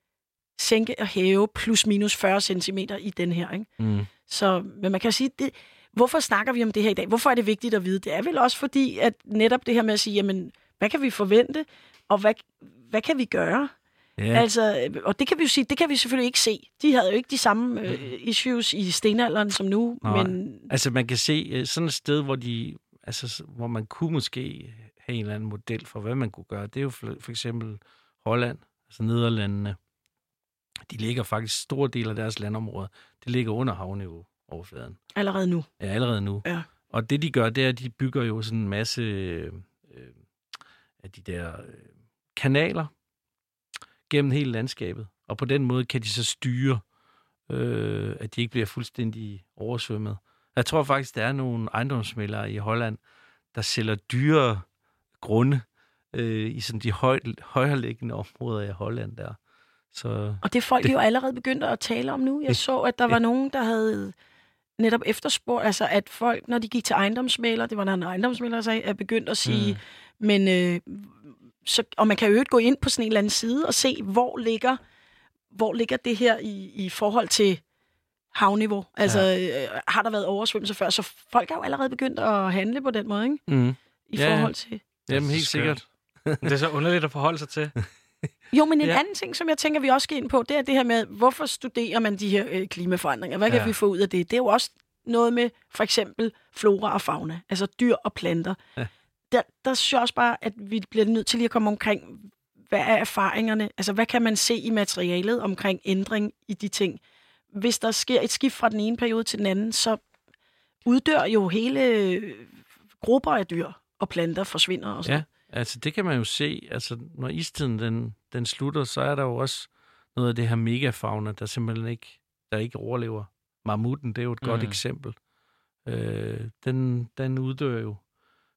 sænke og hæve plus minus 40 centimeter i den her. Ikke? Så, men man kan sige, hvorfor snakker vi om det her i dag? Hvorfor er det vigtigt at vide? Det er vel også fordi, at netop det her med at sige, jamen, hvad kan vi forvente, og hvad kan vi gøre? Yeah. Altså, og det kan vi jo sige, det kan vi selvfølgelig ikke se. De havde jo ikke de samme issues i stenalderen som nu. Men... Altså, man kan se sådan et sted, hvor man kunne måske have en eller anden model for, hvad man kunne gøre. Det er jo for eksempel Holland, altså Nederlandene. De ligger faktisk store dele af deres landområder. Det ligger under havniveau overfladen. Allerede nu? Ja, allerede nu. Ja. Og det, de gør, det er, at de bygger jo sådan en masse af de der kanaler gennem hele landskabet. Og på den måde kan de så styre, at de ikke bliver fuldstændig oversvømmet. Jeg tror faktisk, der er nogle ejendomsmæglere i Holland, der sælger dyre grunde i sådan de højhereliggende områder i Holland der. Så og det er folk jo allerede begyndt at tale om nu. Jeg så, at der var nogen, der havde netop efterspurgt, altså at folk, når de gik til ejendomsmæglere, det var der en ejendomsmægler, der sagde, er begyndt at sige, men og man kan jo ikke gå ind på sådan en eller anden side og se, hvor ligger det her i forhold til havniveau. Altså, har der været oversvømmelse før? Så folk er jo allerede begyndt at handle på den måde, ikke? I forhold til... Jamen, helt sikkert. Det er så underligt at forholde sig til. Jo, men en anden ting, som jeg tænker, vi også skal ind på, det er det her med, hvorfor studerer man de her klimaforandringer? Hvad kan vi få ud af det? Det er jo også noget med, for eksempel, flora og fauna, altså dyr og planter. Ja. Der synes jeg også bare, at vi bliver nødt til lige at komme omkring, hvad er erfaringerne? Altså, hvad kan man se i materialet omkring ændring i de ting? Hvis der sker et skift fra den ene periode til den anden, så uddør jo hele grupper af dyr og planter forsvinder og sådan. Ja, altså det kan man jo se. Altså, når istiden den slutter, så er der jo også noget af det her megafauna, der simpelthen ikke overlever. Mammuten, det er jo et godt eksempel. Den uddør jo,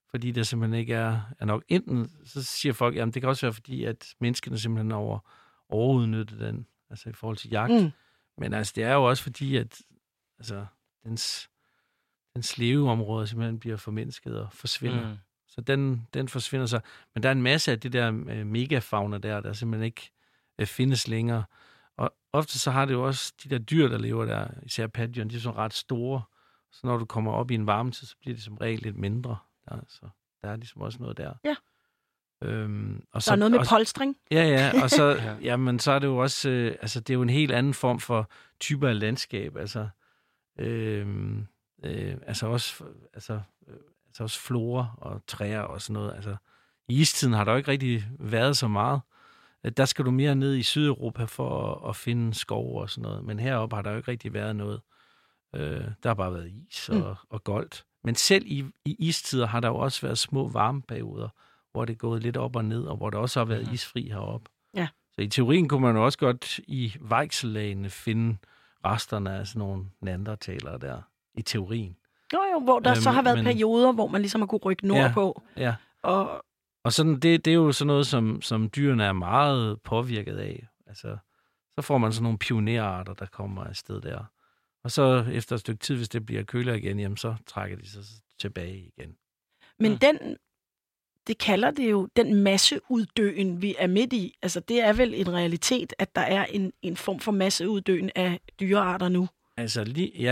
fordi der simpelthen ikke er nok. Enten så siger folk, jamen det kan også være fordi, at menneskene simpelthen overudnytter den, altså i forhold til jagt. Men altså det er jo også fordi, at altså, dens leveområde simpelthen bliver formindsket og forsvinder. Så den forsvinder så. Men der er en masse af det der megafauna der simpelthen ikke findes længere. Og ofte så har det jo også de der dyr, der lever der, især pattedyr, de er sådan ret store. Så når du kommer op i en varmetid, så bliver de som regel lidt mindre. Så der er ligesom også noget der. Ja. Og så, der er noget med polstring. Ja, og så, jamen, så er det jo også, altså det er jo en helt anden form for typer af landskab, altså også flora og træer og sådan noget. Altså, i istiden har der jo ikke rigtig været så meget. Der skal du mere ned i Sydeuropa for at finde skov og sådan noget. Men heroppe har der jo ikke rigtig været noget. Der har bare været is og goldt. Men selv i istider har der jo også været små varmeperioder, hvor det er gået lidt op og ned, og hvor der også har været isfri heroppe. Ja. Så i teorien kunne man jo også godt i vejksellagene finde resterne af sådan nogle neandertalere der. I teorien. Jo, hvor der så har været perioder, hvor man ligesom har kunne rykke nordpå. Ja. Og sådan, det er jo sådan noget, som dyrene er meget påvirket af. Altså, så får man sådan nogle pionerarter, der kommer afsted der. Og så efter et stykke tid, hvis det bliver køligere igen, jamen, så trækker de sig tilbage igen. Men det kalder det jo den masseuddøen, vi er midt i. Altså, det er vel en realitet, at der er en form for masseuddøen af dyrearter nu. Altså,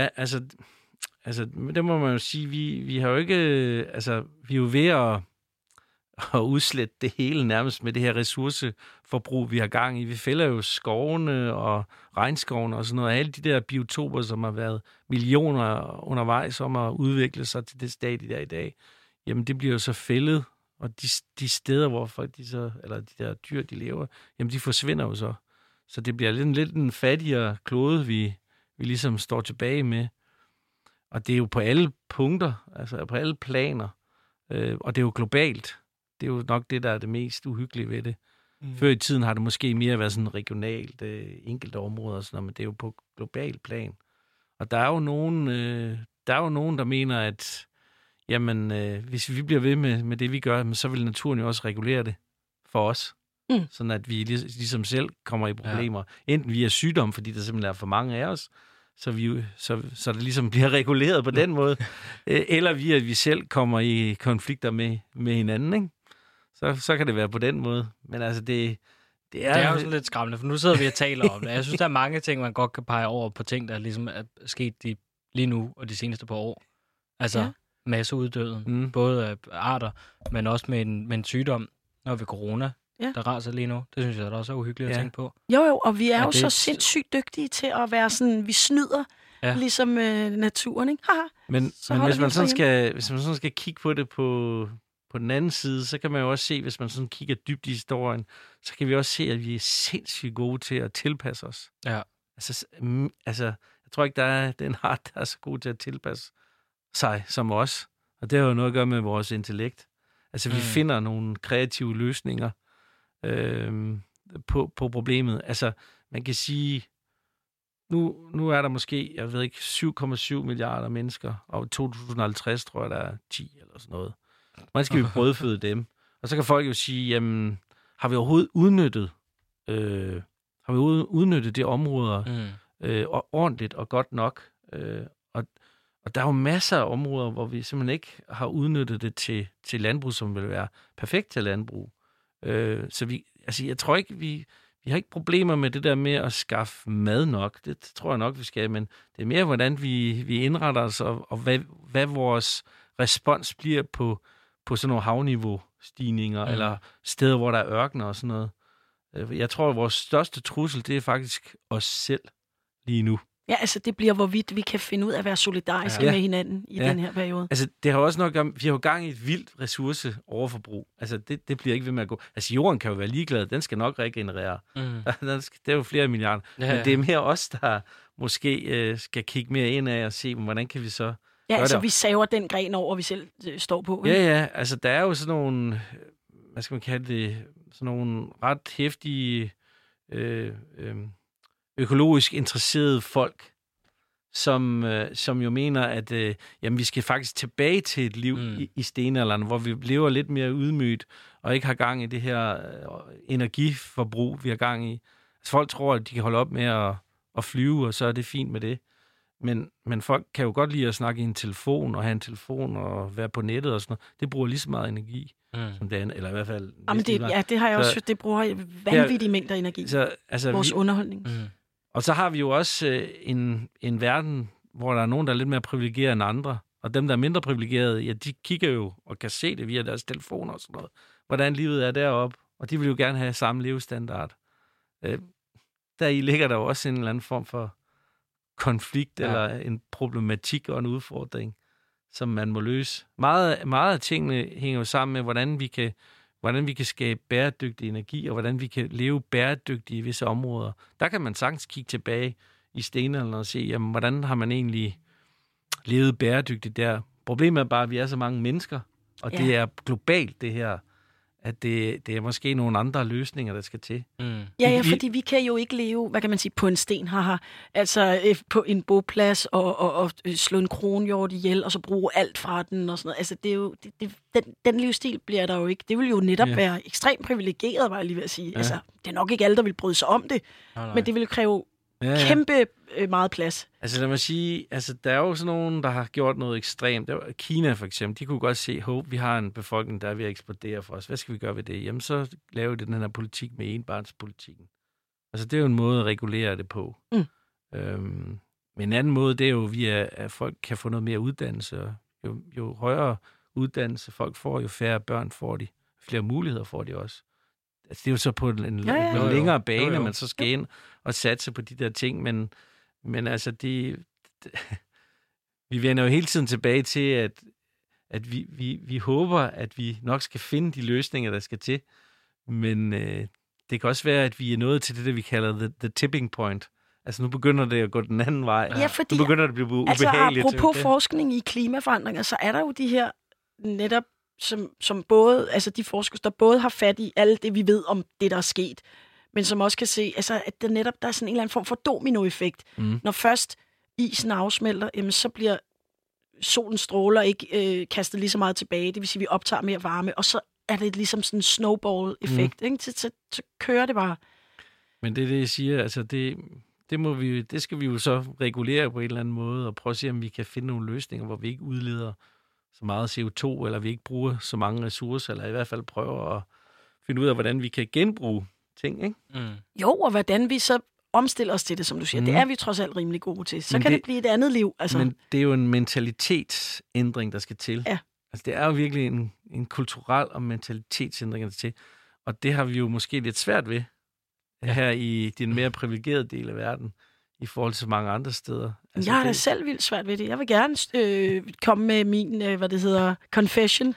det må man jo sige, vi har jo ikke, altså, vi er jo ved at udslette det hele nærmest med det her ressourceforbrug, vi har gang i. Vi fælder jo skovene og regnskovene og sådan noget. Alle de der biotoper, som har været millioner undervejs om at udvikle sig til det stadie der i dag, jamen det bliver jo så fældet, og de steder, hvor folk eller de der dyr, de lever, jamen de forsvinder jo så. Så det bliver lidt en fattigere klode, vi ligesom står tilbage med. Og det er jo på alle punkter, altså på alle planer, og det er jo globalt. Det er jo nok det, der er det mest uhyggelige ved det. Før i tiden har det måske mere været sådan regionalt, enkelte områder og sådan noget, men det er jo på global plan. Og der er jo nogen, der mener, at jamen, hvis vi bliver ved med det, vi gør, så vil naturen jo også regulere det for os. Sådan at vi ligesom selv kommer i problemer. Ja. Enten via sygdom, fordi der simpelthen er for mange af os, så det ligesom bliver reguleret på den måde, eller via at vi selv kommer i konflikter med hinanden, ikke? Så kan det være på den måde. Men altså, det er jo sådan lidt skræmmende, for nu sidder vi og taler om det. Jeg synes, der er mange ting, man godt kan pege over på ting, der ligesom er sket lige nu og de seneste par år. Altså masseuddøden, både af arter, men også med en sygdom, når vi corona, der raser lige nu. Det synes jeg, der også er uhyggeligt at tænke på. Jo, og vi er jo så sindssygt dygtige til at være sådan, vi snyder ligesom naturen, ikke? Men hvis man sådan skal kigge på det på den anden side, så kan man jo også se, hvis man sådan kigger dybt i historien, så kan vi også se, at vi er sindssygt gode til at tilpasse os. Ja. Altså jeg tror ikke, der er den art, der er så god til at tilpasse sig som os. Og det har jo noget at gøre med vores intellekt. Altså vi finder nogle kreative løsninger på problemet. Altså man kan sige, nu er der måske, jeg ved ikke, 7,7 milliarder mennesker, og i 2050 tror jeg, der er 10 eller sådan noget. Hvordan skal vi brødføde dem? Og så kan folk jo sige, jamen, har vi overhovedet udnyttet de områder ordentligt og godt nok? Og der er jo masser af områder, hvor vi simpelthen ikke har udnyttet det til landbrug, som vil være perfekt til landbrug. Så jeg tror ikke, vi har ikke problemer med det der med at skaffe mad nok. Det tror jeg nok, vi skal, men det er mere, hvordan vi indretter os, og hvad vores respons bliver på sådan nogle havniveau-stigninger, eller steder, hvor der er ørkener og sådan noget. Jeg tror, at vores største trussel, det er faktisk os selv lige nu. Ja, altså det bliver, hvorvidt vi kan finde ud af at være solidariske med hinanden i den her periode. Altså det har også nok vi har jo gang i et vildt ressourceoverforbrug. Altså det bliver ikke ved med at gå. Altså jorden kan jo være ligeglad, den skal nok regenerere. Det er jo flere milliarder. Ja. Men det er mere os, der måske skal kigge mere ind af og se, hvordan kan vi så gøre altså det. Vi saver den gren over, vi selv står på. Ja, altså der er jo sådan nogle, hvad skal man kalde det, sådan nogle ret heftige økologisk interesserede folk, som jo mener, at vi skal faktisk tilbage til et liv i stenalderen, hvor vi lever lidt mere ydmygt, og ikke har gang i det her energiforbrug, vi har gang i. Altså, folk tror, at de kan holde op med at flyve, og så er det fint med det. Men folk kan jo godt lide at snakke i en telefon, og have en telefon, og være på nettet og sådan noget. Det bruger lige så meget energi, som det andet, eller i hvert fald... Jamen det har jeg også, det bruger vanvittige mængder energi. Vores underholdning. Og så har vi jo også en verden, hvor der er nogen, der er lidt mere privilegerede end andre. Og dem, der er mindre privilegerede, ja, de kigger jo og kan se det via deres telefoner og sådan noget. Hvordan livet er deroppe. Og de vil jo gerne have samme levestandard. Deri ligger der jo også en eller anden form for konflikt eller en problematik og en udfordring, som man må løse. Meget af tingene hænger jo sammen med, hvordan vi kan skabe bæredygtig energi, og hvordan vi kan leve bæredygtigt i visse områder. Der kan man sagtens kigge tilbage i stenalderen og se, jamen, hvordan har man egentlig levet bæredygtigt der. Problemet er bare, at vi er så mange mennesker, og det er globalt det her, at det er måske nogle andre løsninger, der skal til. Ja, fordi vi kan jo ikke leve, hvad kan man sige, på en sten, altså på en boplads og slå en kronhjort ihjel, og så bruge alt fra den og sådan noget. Altså, det er jo, den livsstil bliver der jo ikke. Det vil jo netop være ekstremt privilegeret, var jeg lige ved at sige. Ja. Altså, det er nok ikke alle, der vil bryde sig om det, men det vil kræve kæmpe meget plads. Altså lad mig sige, der er jo sådan nogen, der har gjort noget ekstremt. Kina for eksempel, de kunne godt se, vi har en befolkning, der er ved at eksplodere for os. Hvad skal vi gøre ved det? Jamen så laver vi den her politik med enbarnspolitikken. Altså det er jo en måde at regulere det på. Men en anden måde, det er jo via, at folk kan få noget mere uddannelse. Jo højere uddannelse folk får, jo færre børn får de. Flere muligheder får de også. Altså, det er jo så på en længere bane, at man så skal ind og satse på de der ting, men altså, vi vender jo hele tiden tilbage til, at vi håber, at vi nok skal finde de løsninger, der skal til, men det kan også være, at vi er nået til det, vi kalder the tipping point. Altså, nu begynder det at gå den anden vej. Ja, fordi, nu begynder det at blive ubehageligt. Altså, apropos forskning i klimaforandringer, så er der jo de her netop som både, altså de forskere, der både har fat i alt det, vi ved om det, der er sket, men som også kan se, altså, at der er sådan en eller anden form for dominoeffekt. Når først isen afsmelter, jamen, så bliver solens stråler ikke kastet lige så meget tilbage. Det vil sige, at vi optager mere varme, og så er det ligesom sådan en snowball-effekt. Ikke? Så kører det bare. Men det er det, jeg siger. Altså, det skal vi jo så regulere på en eller anden måde, og prøve at se, om vi kan finde nogle løsninger, hvor vi ikke udleder så meget CO2, eller vi ikke bruger så mange ressourcer, eller i hvert fald prøver at finde ud af, hvordan vi kan genbruge ting, ikke? Jo, og hvordan vi så omstiller os til det, som du siger. Det er vi trods alt rimelig gode til. Så kan det blive et andet liv. Altså. Men det er jo en mentalitetsændring, der skal til. Ja. Altså, det er jo virkelig en kulturel og mentalitetsændring, der skal til. Og det har vi jo måske lidt svært ved her i den mere privilegerede del af verden, i forhold til mange andre steder. Altså, jeg har da selv vildt svært ved det. Jeg vil gerne komme med min, confession.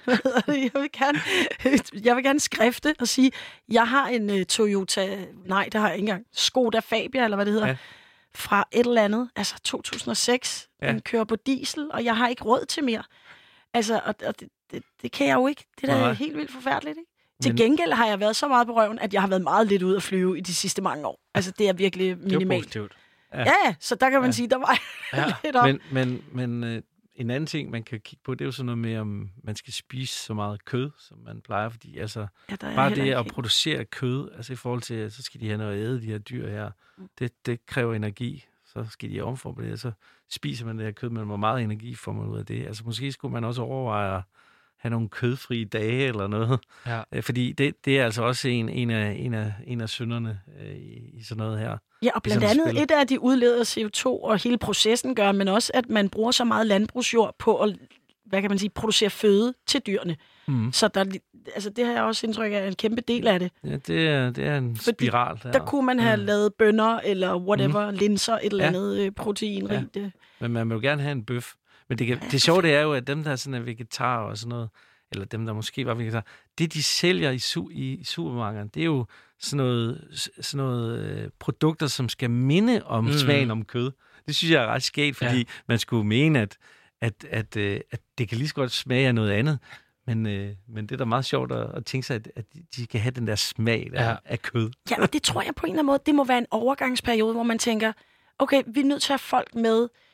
Jeg vil gerne skrifte og sige, jeg har en Toyota, nej, det har jeg ikke engang, Skoda Fabia, eller hvad det hedder, fra et eller andet, altså 2006. Den kører på diesel, og jeg har ikke råd til mere. Altså, og det kan jeg jo ikke. Det er da helt vildt forfærdeligt, ikke? Til gengæld har jeg været så meget på røven, at jeg har været meget lidt ude at flyve i de sidste mange år. Altså, det er virkelig minimalt. Det er positivt. Ja, så der kan man sige, der var lidt op. Men en anden ting, man kan kigge på, det er jo sådan noget med, om man skal spise så meget kød, som man plejer. Fordi altså, bare det at producere kød, altså i forhold til, så skal de have noget at æde, de her dyr her. Det kræver energi. Så skal de omforme det, så spiser man det her kød, men hvor meget energi får man ud af det. Altså måske skulle man også overveje at have nogle kødfrie dage eller noget. Ja. Fordi det er altså også en af synderne i sådan noget her. Ja, og blandt andet et af de udleder CO2, og hele processen gør, men også, at man bruger så meget landbrugsjord på at, hvad kan man sige, producere føde til dyrene. Så det har jeg også indtryk af en kæmpe del af det. Ja, det er en spiral. Der kunne man have lavet bønner, eller whatever, linser, et eller andet proteinrigt. Ja. Men man vil jo gerne have en bøf. Men det sjove, det er jo, at dem, der sådan er vegetarer og sådan noget, eller dem, der måske var vegetarer, det, de sælger i supermarkederne, det er jo sådan noget produkter, som skal minde om smagen om kød. Det synes jeg er ret skægt, fordi man skulle mene, at det kan lige så godt smage af noget andet. Men det er da meget sjovt at tænke sig, at de kan have den der smag af kød. Ja, og det tror jeg på en eller anden måde, det må være en overgangsperiode, hvor man tænker, okay, vi er nødt til at have folk med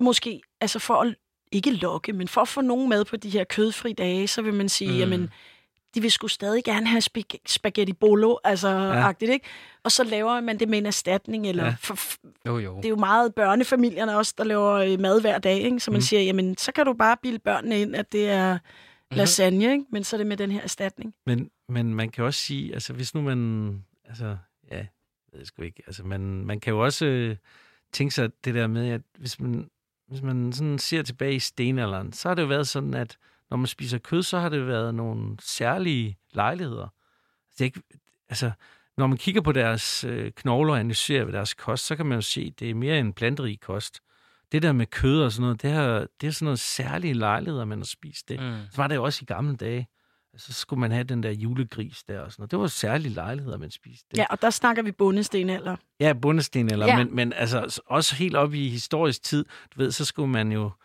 måske, altså for at ikke lokke, men for at få nogen med på de her kødfri dage, så vil man sige, jamen, de vil sgu stadig gerne have spaghetti bolo, altså agtigt, ikke? Og så laver man det med en erstatning, eller Jo. det er jo meget børnefamilierne også, der laver mad hver dag, ikke? Så man siger, jamen, så kan du bare bilde børnene ind, at det er lasagne, ikke? Men så er det med den her erstatning. Men man kan også sige, altså hvis nu man, altså, ja, jeg ved sgu ikke, altså man kan jo også tænke sig det der med, at hvis man sådan ser tilbage i stenalderen, så har det jo været sådan, at når man spiser kød, så har det været nogle særlige lejligheder. Det er ikke, altså, når man kigger på deres knogler og analyserer ved deres kost, så kan man jo se, at det er mere en planterig kost. Det der med kød og sådan noget, det er sådan noget særlige lejligheder, man har spist det. Så var det jo også i gamle dage. Så skulle man have den der julegris der og sådan noget. Det var særlige lejligheder, man spiste det. Ja, og der snakker vi bondestenalder. Ja, bondestenalder, men altså også helt op i historisk tid, du ved, så skulle man jo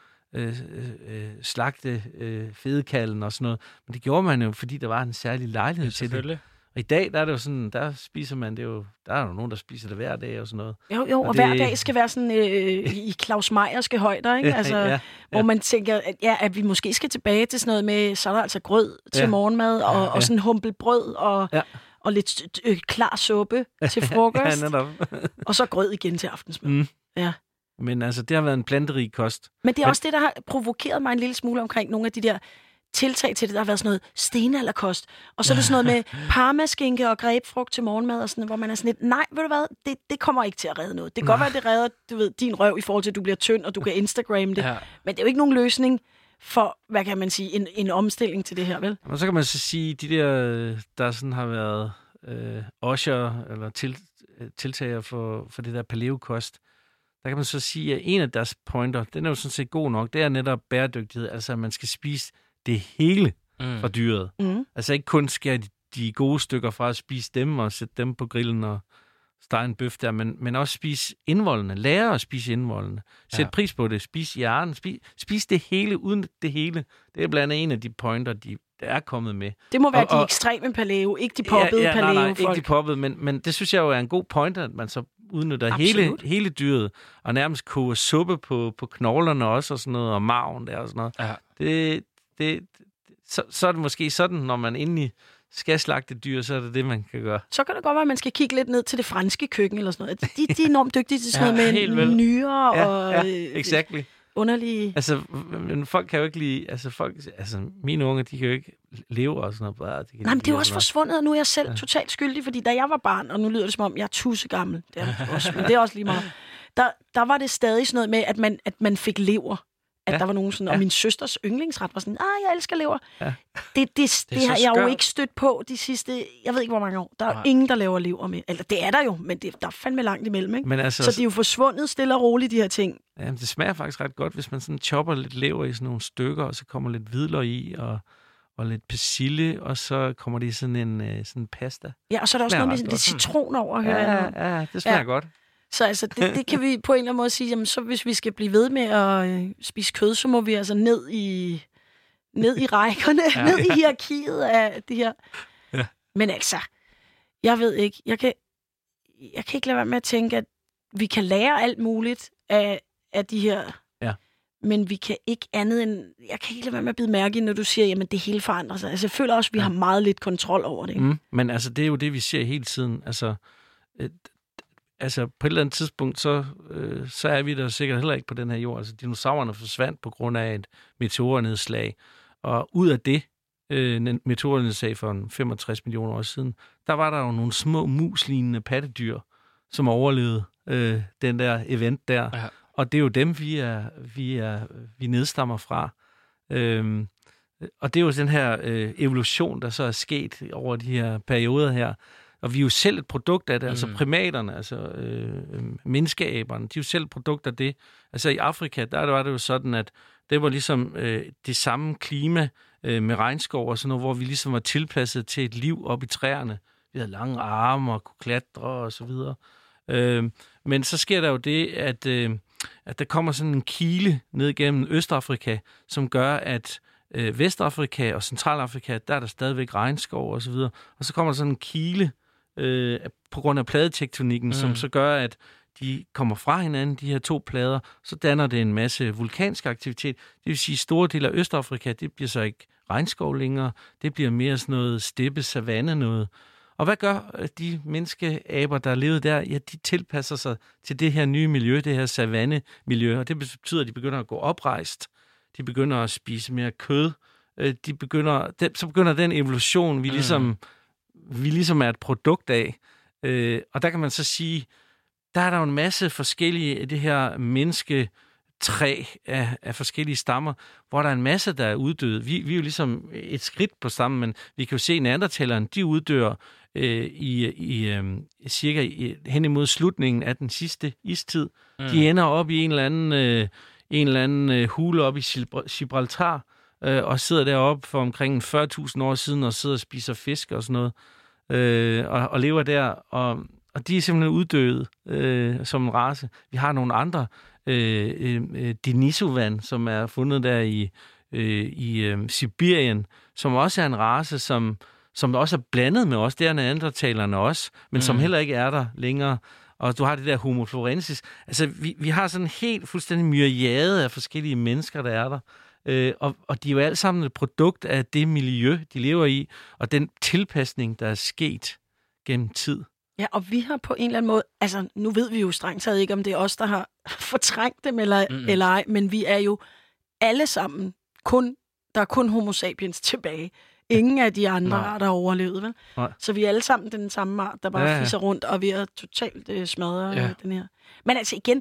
slagte fedekallen og sådan noget. Men det gjorde man jo, fordi der var en særlig lejlighed til det. Og i dag, der er det jo sådan, der spiser man det jo, der er jo nogen, der spiser det hver dag og sådan noget. Jo, og hver dag skal være sådan i Claus Meyerske højder, ikke? Altså, hvor man tænker, at vi måske skal tilbage til sådan noget med, så er der altså grød til morgenmad, og sådan humpelbrød, og lidt klar suppe til frokost. Og så grød igen til aftensmad. Ja. Men altså, det har været en planterig kost. Men det er også det, der har provokeret mig en lille smule omkring nogle af de der tiltag til det. Der har været sådan noget stenalderkost. Og så er det sådan noget med parmaskinke og grebfrugt til morgenmad, og sådan, hvor man er sådan lidt, nej, ved du hvad, det kommer ikke til at redde noget. Det kan godt være, at det redder, du ved, din røv i forhold til, at du bliver tynd, og du kan Instagram det. Ja. Men det er jo ikke nogen løsning for, hvad kan man sige, en omstilling til det her, vel? Og så kan man så sige, de der sådan har været osher, eller tiltager for det der paleokost, der kan man så sige, at en af deres pointer, den er jo sådan set god nok, det er netop bæredygtighed, altså at man skal spise det hele fra dyret. Altså ikke kun skære de gode stykker fra at spise dem og sætte dem på grillen og stege en bøf der, men også spise indvoldene. Lære at spise indvoldene. Sæt pris på det. Spis hjernen. Spis det hele uden det hele. Det er blandt andet en af de pointer, der er kommet med. Det må være de ekstreme paleo, ikke de poppede paleo. Nej, ikke de poppede, men det synes jeg jo er en god pointer, at man så udnytter hele dyret, og nærmest koger suppe på knoglerne også, og sådan noget, og marven der og sådan noget. Ja. Så er det måske sådan, når man endelig skal slagte dyr, så er det det, man kan gøre. Så kan det godt være, at man skal kigge lidt ned til det franske køkken, eller sådan noget. De er enormt dygtige til sådan noget med nyrer og exactly. Underlige... Altså, men folk kan jo ikke lide... Altså, mine unger, de kan jo ikke leve og sådan noget. Nej, men det er jo også forsvundet, og nu er jeg selv totalt skyldig, fordi da jeg var barn, og nu lyder det som om, jeg er tussegammel, det er også, men det er også lige meget, der var det stadig sådan noget med, at man fik lever. At der var nogen sådan, og min søsters yndlingsret var sådan, jeg elsker lever. Ja. Det har jeg jo ikke stødt på de sidste, jeg ved ikke hvor mange år. Der er ingen, der laver lever med. Eller det er der jo, men der er fandme langt imellem, ikke? Men altså, så de er jo forsvundet stille og roligt, de her ting. Ja, det smager faktisk ret godt, hvis man sådan chopper lidt lever i sådan nogle stykker, og så kommer lidt hvidløg i, og lidt persille, og så kommer det i sådan en sådan pasta. Ja, og så er der også noget med lidt citron over. Ja, det smager godt. Så altså, det kan vi på en eller anden måde sige, jamen, så hvis vi skal blive ved med at spise kød, så må vi altså ned i rækkerne, ned i hierarkiet af det her. Ja. Men altså, jeg ved ikke, jeg kan ikke lade være med at tænke, at vi kan lære alt muligt af de her, men vi kan ikke andet end, jeg kan ikke lade være med at bide mærke i, når du siger, jamen det hele forandrer sig. Altså, jeg føler også, at vi har meget lidt kontrol over det. Ikke? Men altså, det er jo det, vi ser hele tiden. Altså, på et eller andet tidspunkt, så er vi der sikkert heller ikke på den her jord. Altså, dinosaurerne forsvandt på grund af et meteornedslag. Og ud af det, meteornedslag for 65 millioner år siden, der var der jo nogle små muslignende pattedyr, som overlevede den der event der. Ja. Og det er jo dem, vi nedstammer fra. Og det er jo den her evolution, der så er sket over de her perioder her. Og vi er jo selv et produkt af det, altså primaterne, altså menneskeaberne, de er jo selv et produkt af det. Altså i Afrika, der var det jo sådan, at det var ligesom det samme klima med regnskov og sådan noget, hvor vi ligesom var tilpasset til et liv op i træerne. Vi havde lange arme og kunne klatre og så videre. Men så sker der jo det, at der kommer sådan en kile ned gennem Østafrika, som gør, at Vestafrika og Centralafrika, der er der stadigvæk regnskov og så videre. Og så kommer der sådan en kile på grund af pladetektonikken, som så gør, at de kommer fra hinanden, de her 2 plader, så danner det en masse vulkansk aktivitet. Det vil sige, at store dele af Østafrika, det bliver så ikke regnskov længere, det bliver mere sådan noget steppe, savanne noget. Og hvad gør de menneskeaber, der levede der? Ja, de tilpasser sig til det her nye miljø, det her savanne-miljø, og det betyder, at de begynder at gå oprejst, de begynder at spise mere kød, så begynder den evolution, vi ligesom er et produkt af. Og der kan man så sige, der er der jo en masse forskellige det her mennesketræ af forskellige stammer, hvor der er en masse, der er uddøde. Vi er jo ligesom et skridt på stammen, men vi kan jo se, at neandertalerne, de uddør cirka hen imod slutningen af den sidste istid. De ender op i en eller anden hule op i Gibraltar, og sidder deroppe for omkring 40.000 år siden og sidder og spiser fisk og sådan noget, og lever der, og de er simpelthen uddøde som en race. Vi har nogle andre, Denisovan, som er fundet der i Sibirien, som også er en race, som også er blandet med os. Det er neandertalerne også, men som heller ikke er der længere. Og du har det der Homo florensis. Altså, vi har sådan en helt fuldstændig myriade af forskellige mennesker, der er der. Og de er jo alle sammen et produkt af det miljø, de lever i, og den tilpasning, der er sket gennem tid. Ja, og vi har på en eller anden måde, altså nu ved vi jo strengt taget ikke, om det er os, der har fortrængt dem eller ej, men vi er jo alle sammen der er kun homo sapiens tilbage. Ingen af de andre arter har overlevet, vel? Nej. Så vi er alle sammen den samme art, der bare fisser rundt, og vi er totalt smadret den her. Men altså igen,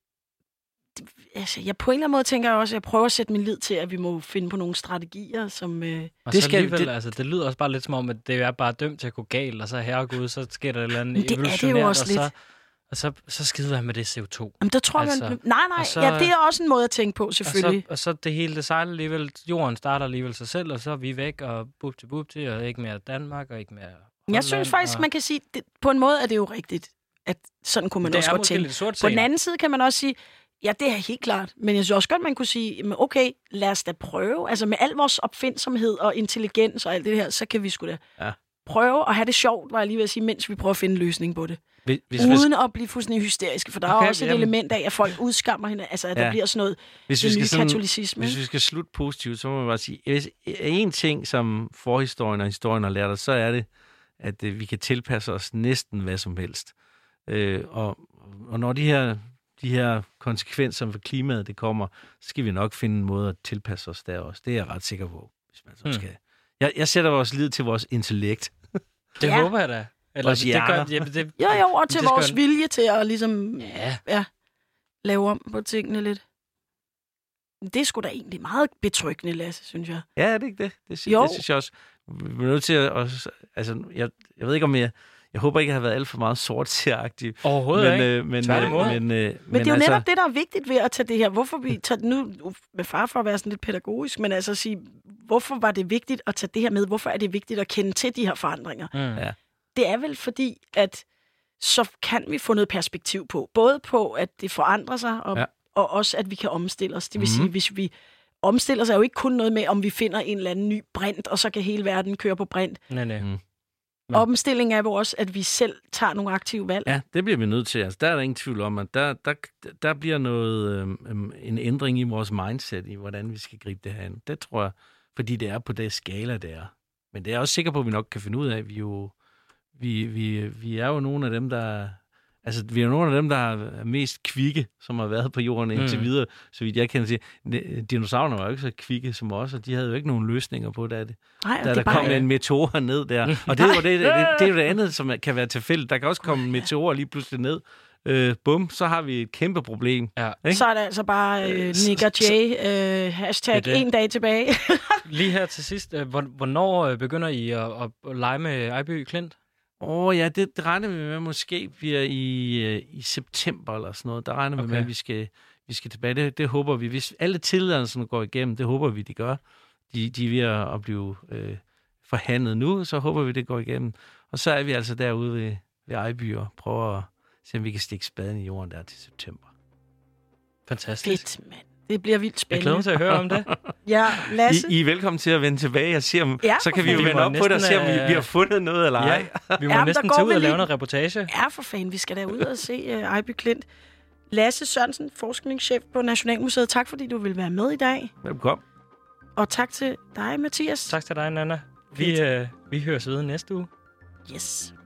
jeg på en eller anden måde tænker jeg også, at jeg prøver at sætte min lid til, at vi må finde på nogle strategier, som... Og det skal alligevel, altså, det lyder også bare lidt som om, at det er bare dømt til at gå galt, og så herregud, så sker der et eller andet evolutionært, og så skider han med det CO2. Jamen, der tror altså, man... Nej, så, ja, det er også en måde at tænke på, selvfølgelig. Og så det hele, det sejler alligevel, jorden starter alligevel sig selv, og så er vi væk, og bub til, og ikke mere Danmark, og ikke mere Holland. Jeg synes faktisk, man kan sige, på en måde er det jo rigtigt, at sådan kunne man også godt tænke. På den anden side kan man også sige, ja, det er helt klart. Men jeg synes også godt, man kunne sige, okay, lad os da prøve. Altså med al vores opfindsomhed og intelligens og alt det her, så kan vi sgu da prøve at have det sjovt, var jeg lige ved at sige, mens vi prøver at finde en løsning på det. Uden at blive fuldstændig hysteriske, for der er også et element af, at folk udskammer hende. Altså, at der bliver sådan noget katolicisme. Hvis vi skal slutte positivt, så må man bare sige, hvis en ting, som forhistorien og historien har lært os, så er det, at vi kan tilpasse os næsten hvad som helst. Og når de her konsekvenser for klimaet, det kommer, så skal vi nok finde en måde at tilpasse os der også. Det er jeg ret sikker på, hvis man så skal. Jeg sætter vores lid til vores intellekt. Det håber jeg da. Eller vores hjerner. Og til vores vilje til at ligesom lave om på tingene lidt. Det er sgu da egentlig meget betryggende, Lasse, synes jeg. Ja, er det ikke det? Det synes jeg også. Vi er nødt til at... Altså, jeg ved ikke, om jeg håber ikke, jeg har været alt for meget sortseeragtig. Overhovedet ikke. Men det er jo netop det, der er vigtigt ved at tage det her. Hvorfor vi tager nu med far for at være sådan lidt pædagogisk, men altså at sige, hvorfor var det vigtigt at tage det her med? Hvorfor er det vigtigt at kende til de her forandringer? Ja. Det er vel fordi, at så kan vi få noget perspektiv på. Både på, at det forandrer sig, og også, at vi kan omstille os. Det vil sige, hvis vi omstiller sig, er jo ikke kun noget med, om vi finder en eller anden ny brint, og så kan hele verden køre på brint. Nej. Omstilling er jo også, at vi selv tager nogle aktive valg. Ja, det bliver vi nødt til. Altså, der er der ingen tvivl om, at der bliver noget en ændring i vores mindset, i hvordan vi skal gribe det her an. Det tror jeg, fordi det er på det skala, det er. Men det er jeg også sikker på, at vi nok kan finde ud af. Vi er jo nogle af dem, der... Altså, vi er nogle af dem, der er mest kvikke, som har været på jorden indtil videre, så vidt jeg kan sige. Dinosaurerne var jo ikke så kvikke som os, og de havde jo ikke nogen løsninger på det. Der kom en meteor ned der. Og det er jo det andet, som kan være tilfældigt. Der kan også komme en meteor lige pludselig ned. Bum, så har vi et kæmpe problem. Ja. Så er det altså bare Nick og Jay, hashtag en dag tilbage. Lige her til sidst, hvornår begynder I at lege med Ejby Klint? Ja, det regner vi med, måske bliver i september eller sådan noget. Der regner vi med, at vi skal tilbage. Det håber vi. Hvis alle tilladelserne går igennem, det håber vi, de gør. De er ved at blive forhandlet nu, så håber vi, det går igennem. Og så er vi altså derude ved Ejby og prøver at se, om vi kan stikke spaden i jorden der til september. Fantastisk. Fedt, mand. Det bliver vildt Jeg spændende. glæder mig til at høre om det. Ja, Lasse. I er velkommen til at vende tilbage og se om, Ja, så kan vi jo vi vende må op på det og se, om næsten, vi har fundet noget eller ej. Vi må Ja, men næsten der tage går ud og vel lave lige- noget reportage. Ja, for fanden. Vi skal da ud og se Ejby Klint. Lasse Sørensen, forskningschef på Nationalmuseet. Tak, fordi du vil være med i dag. Velkommen. Og tak til dig, Mathias. Tak til dig, Nana. Vi høres ved næste uge. Yes.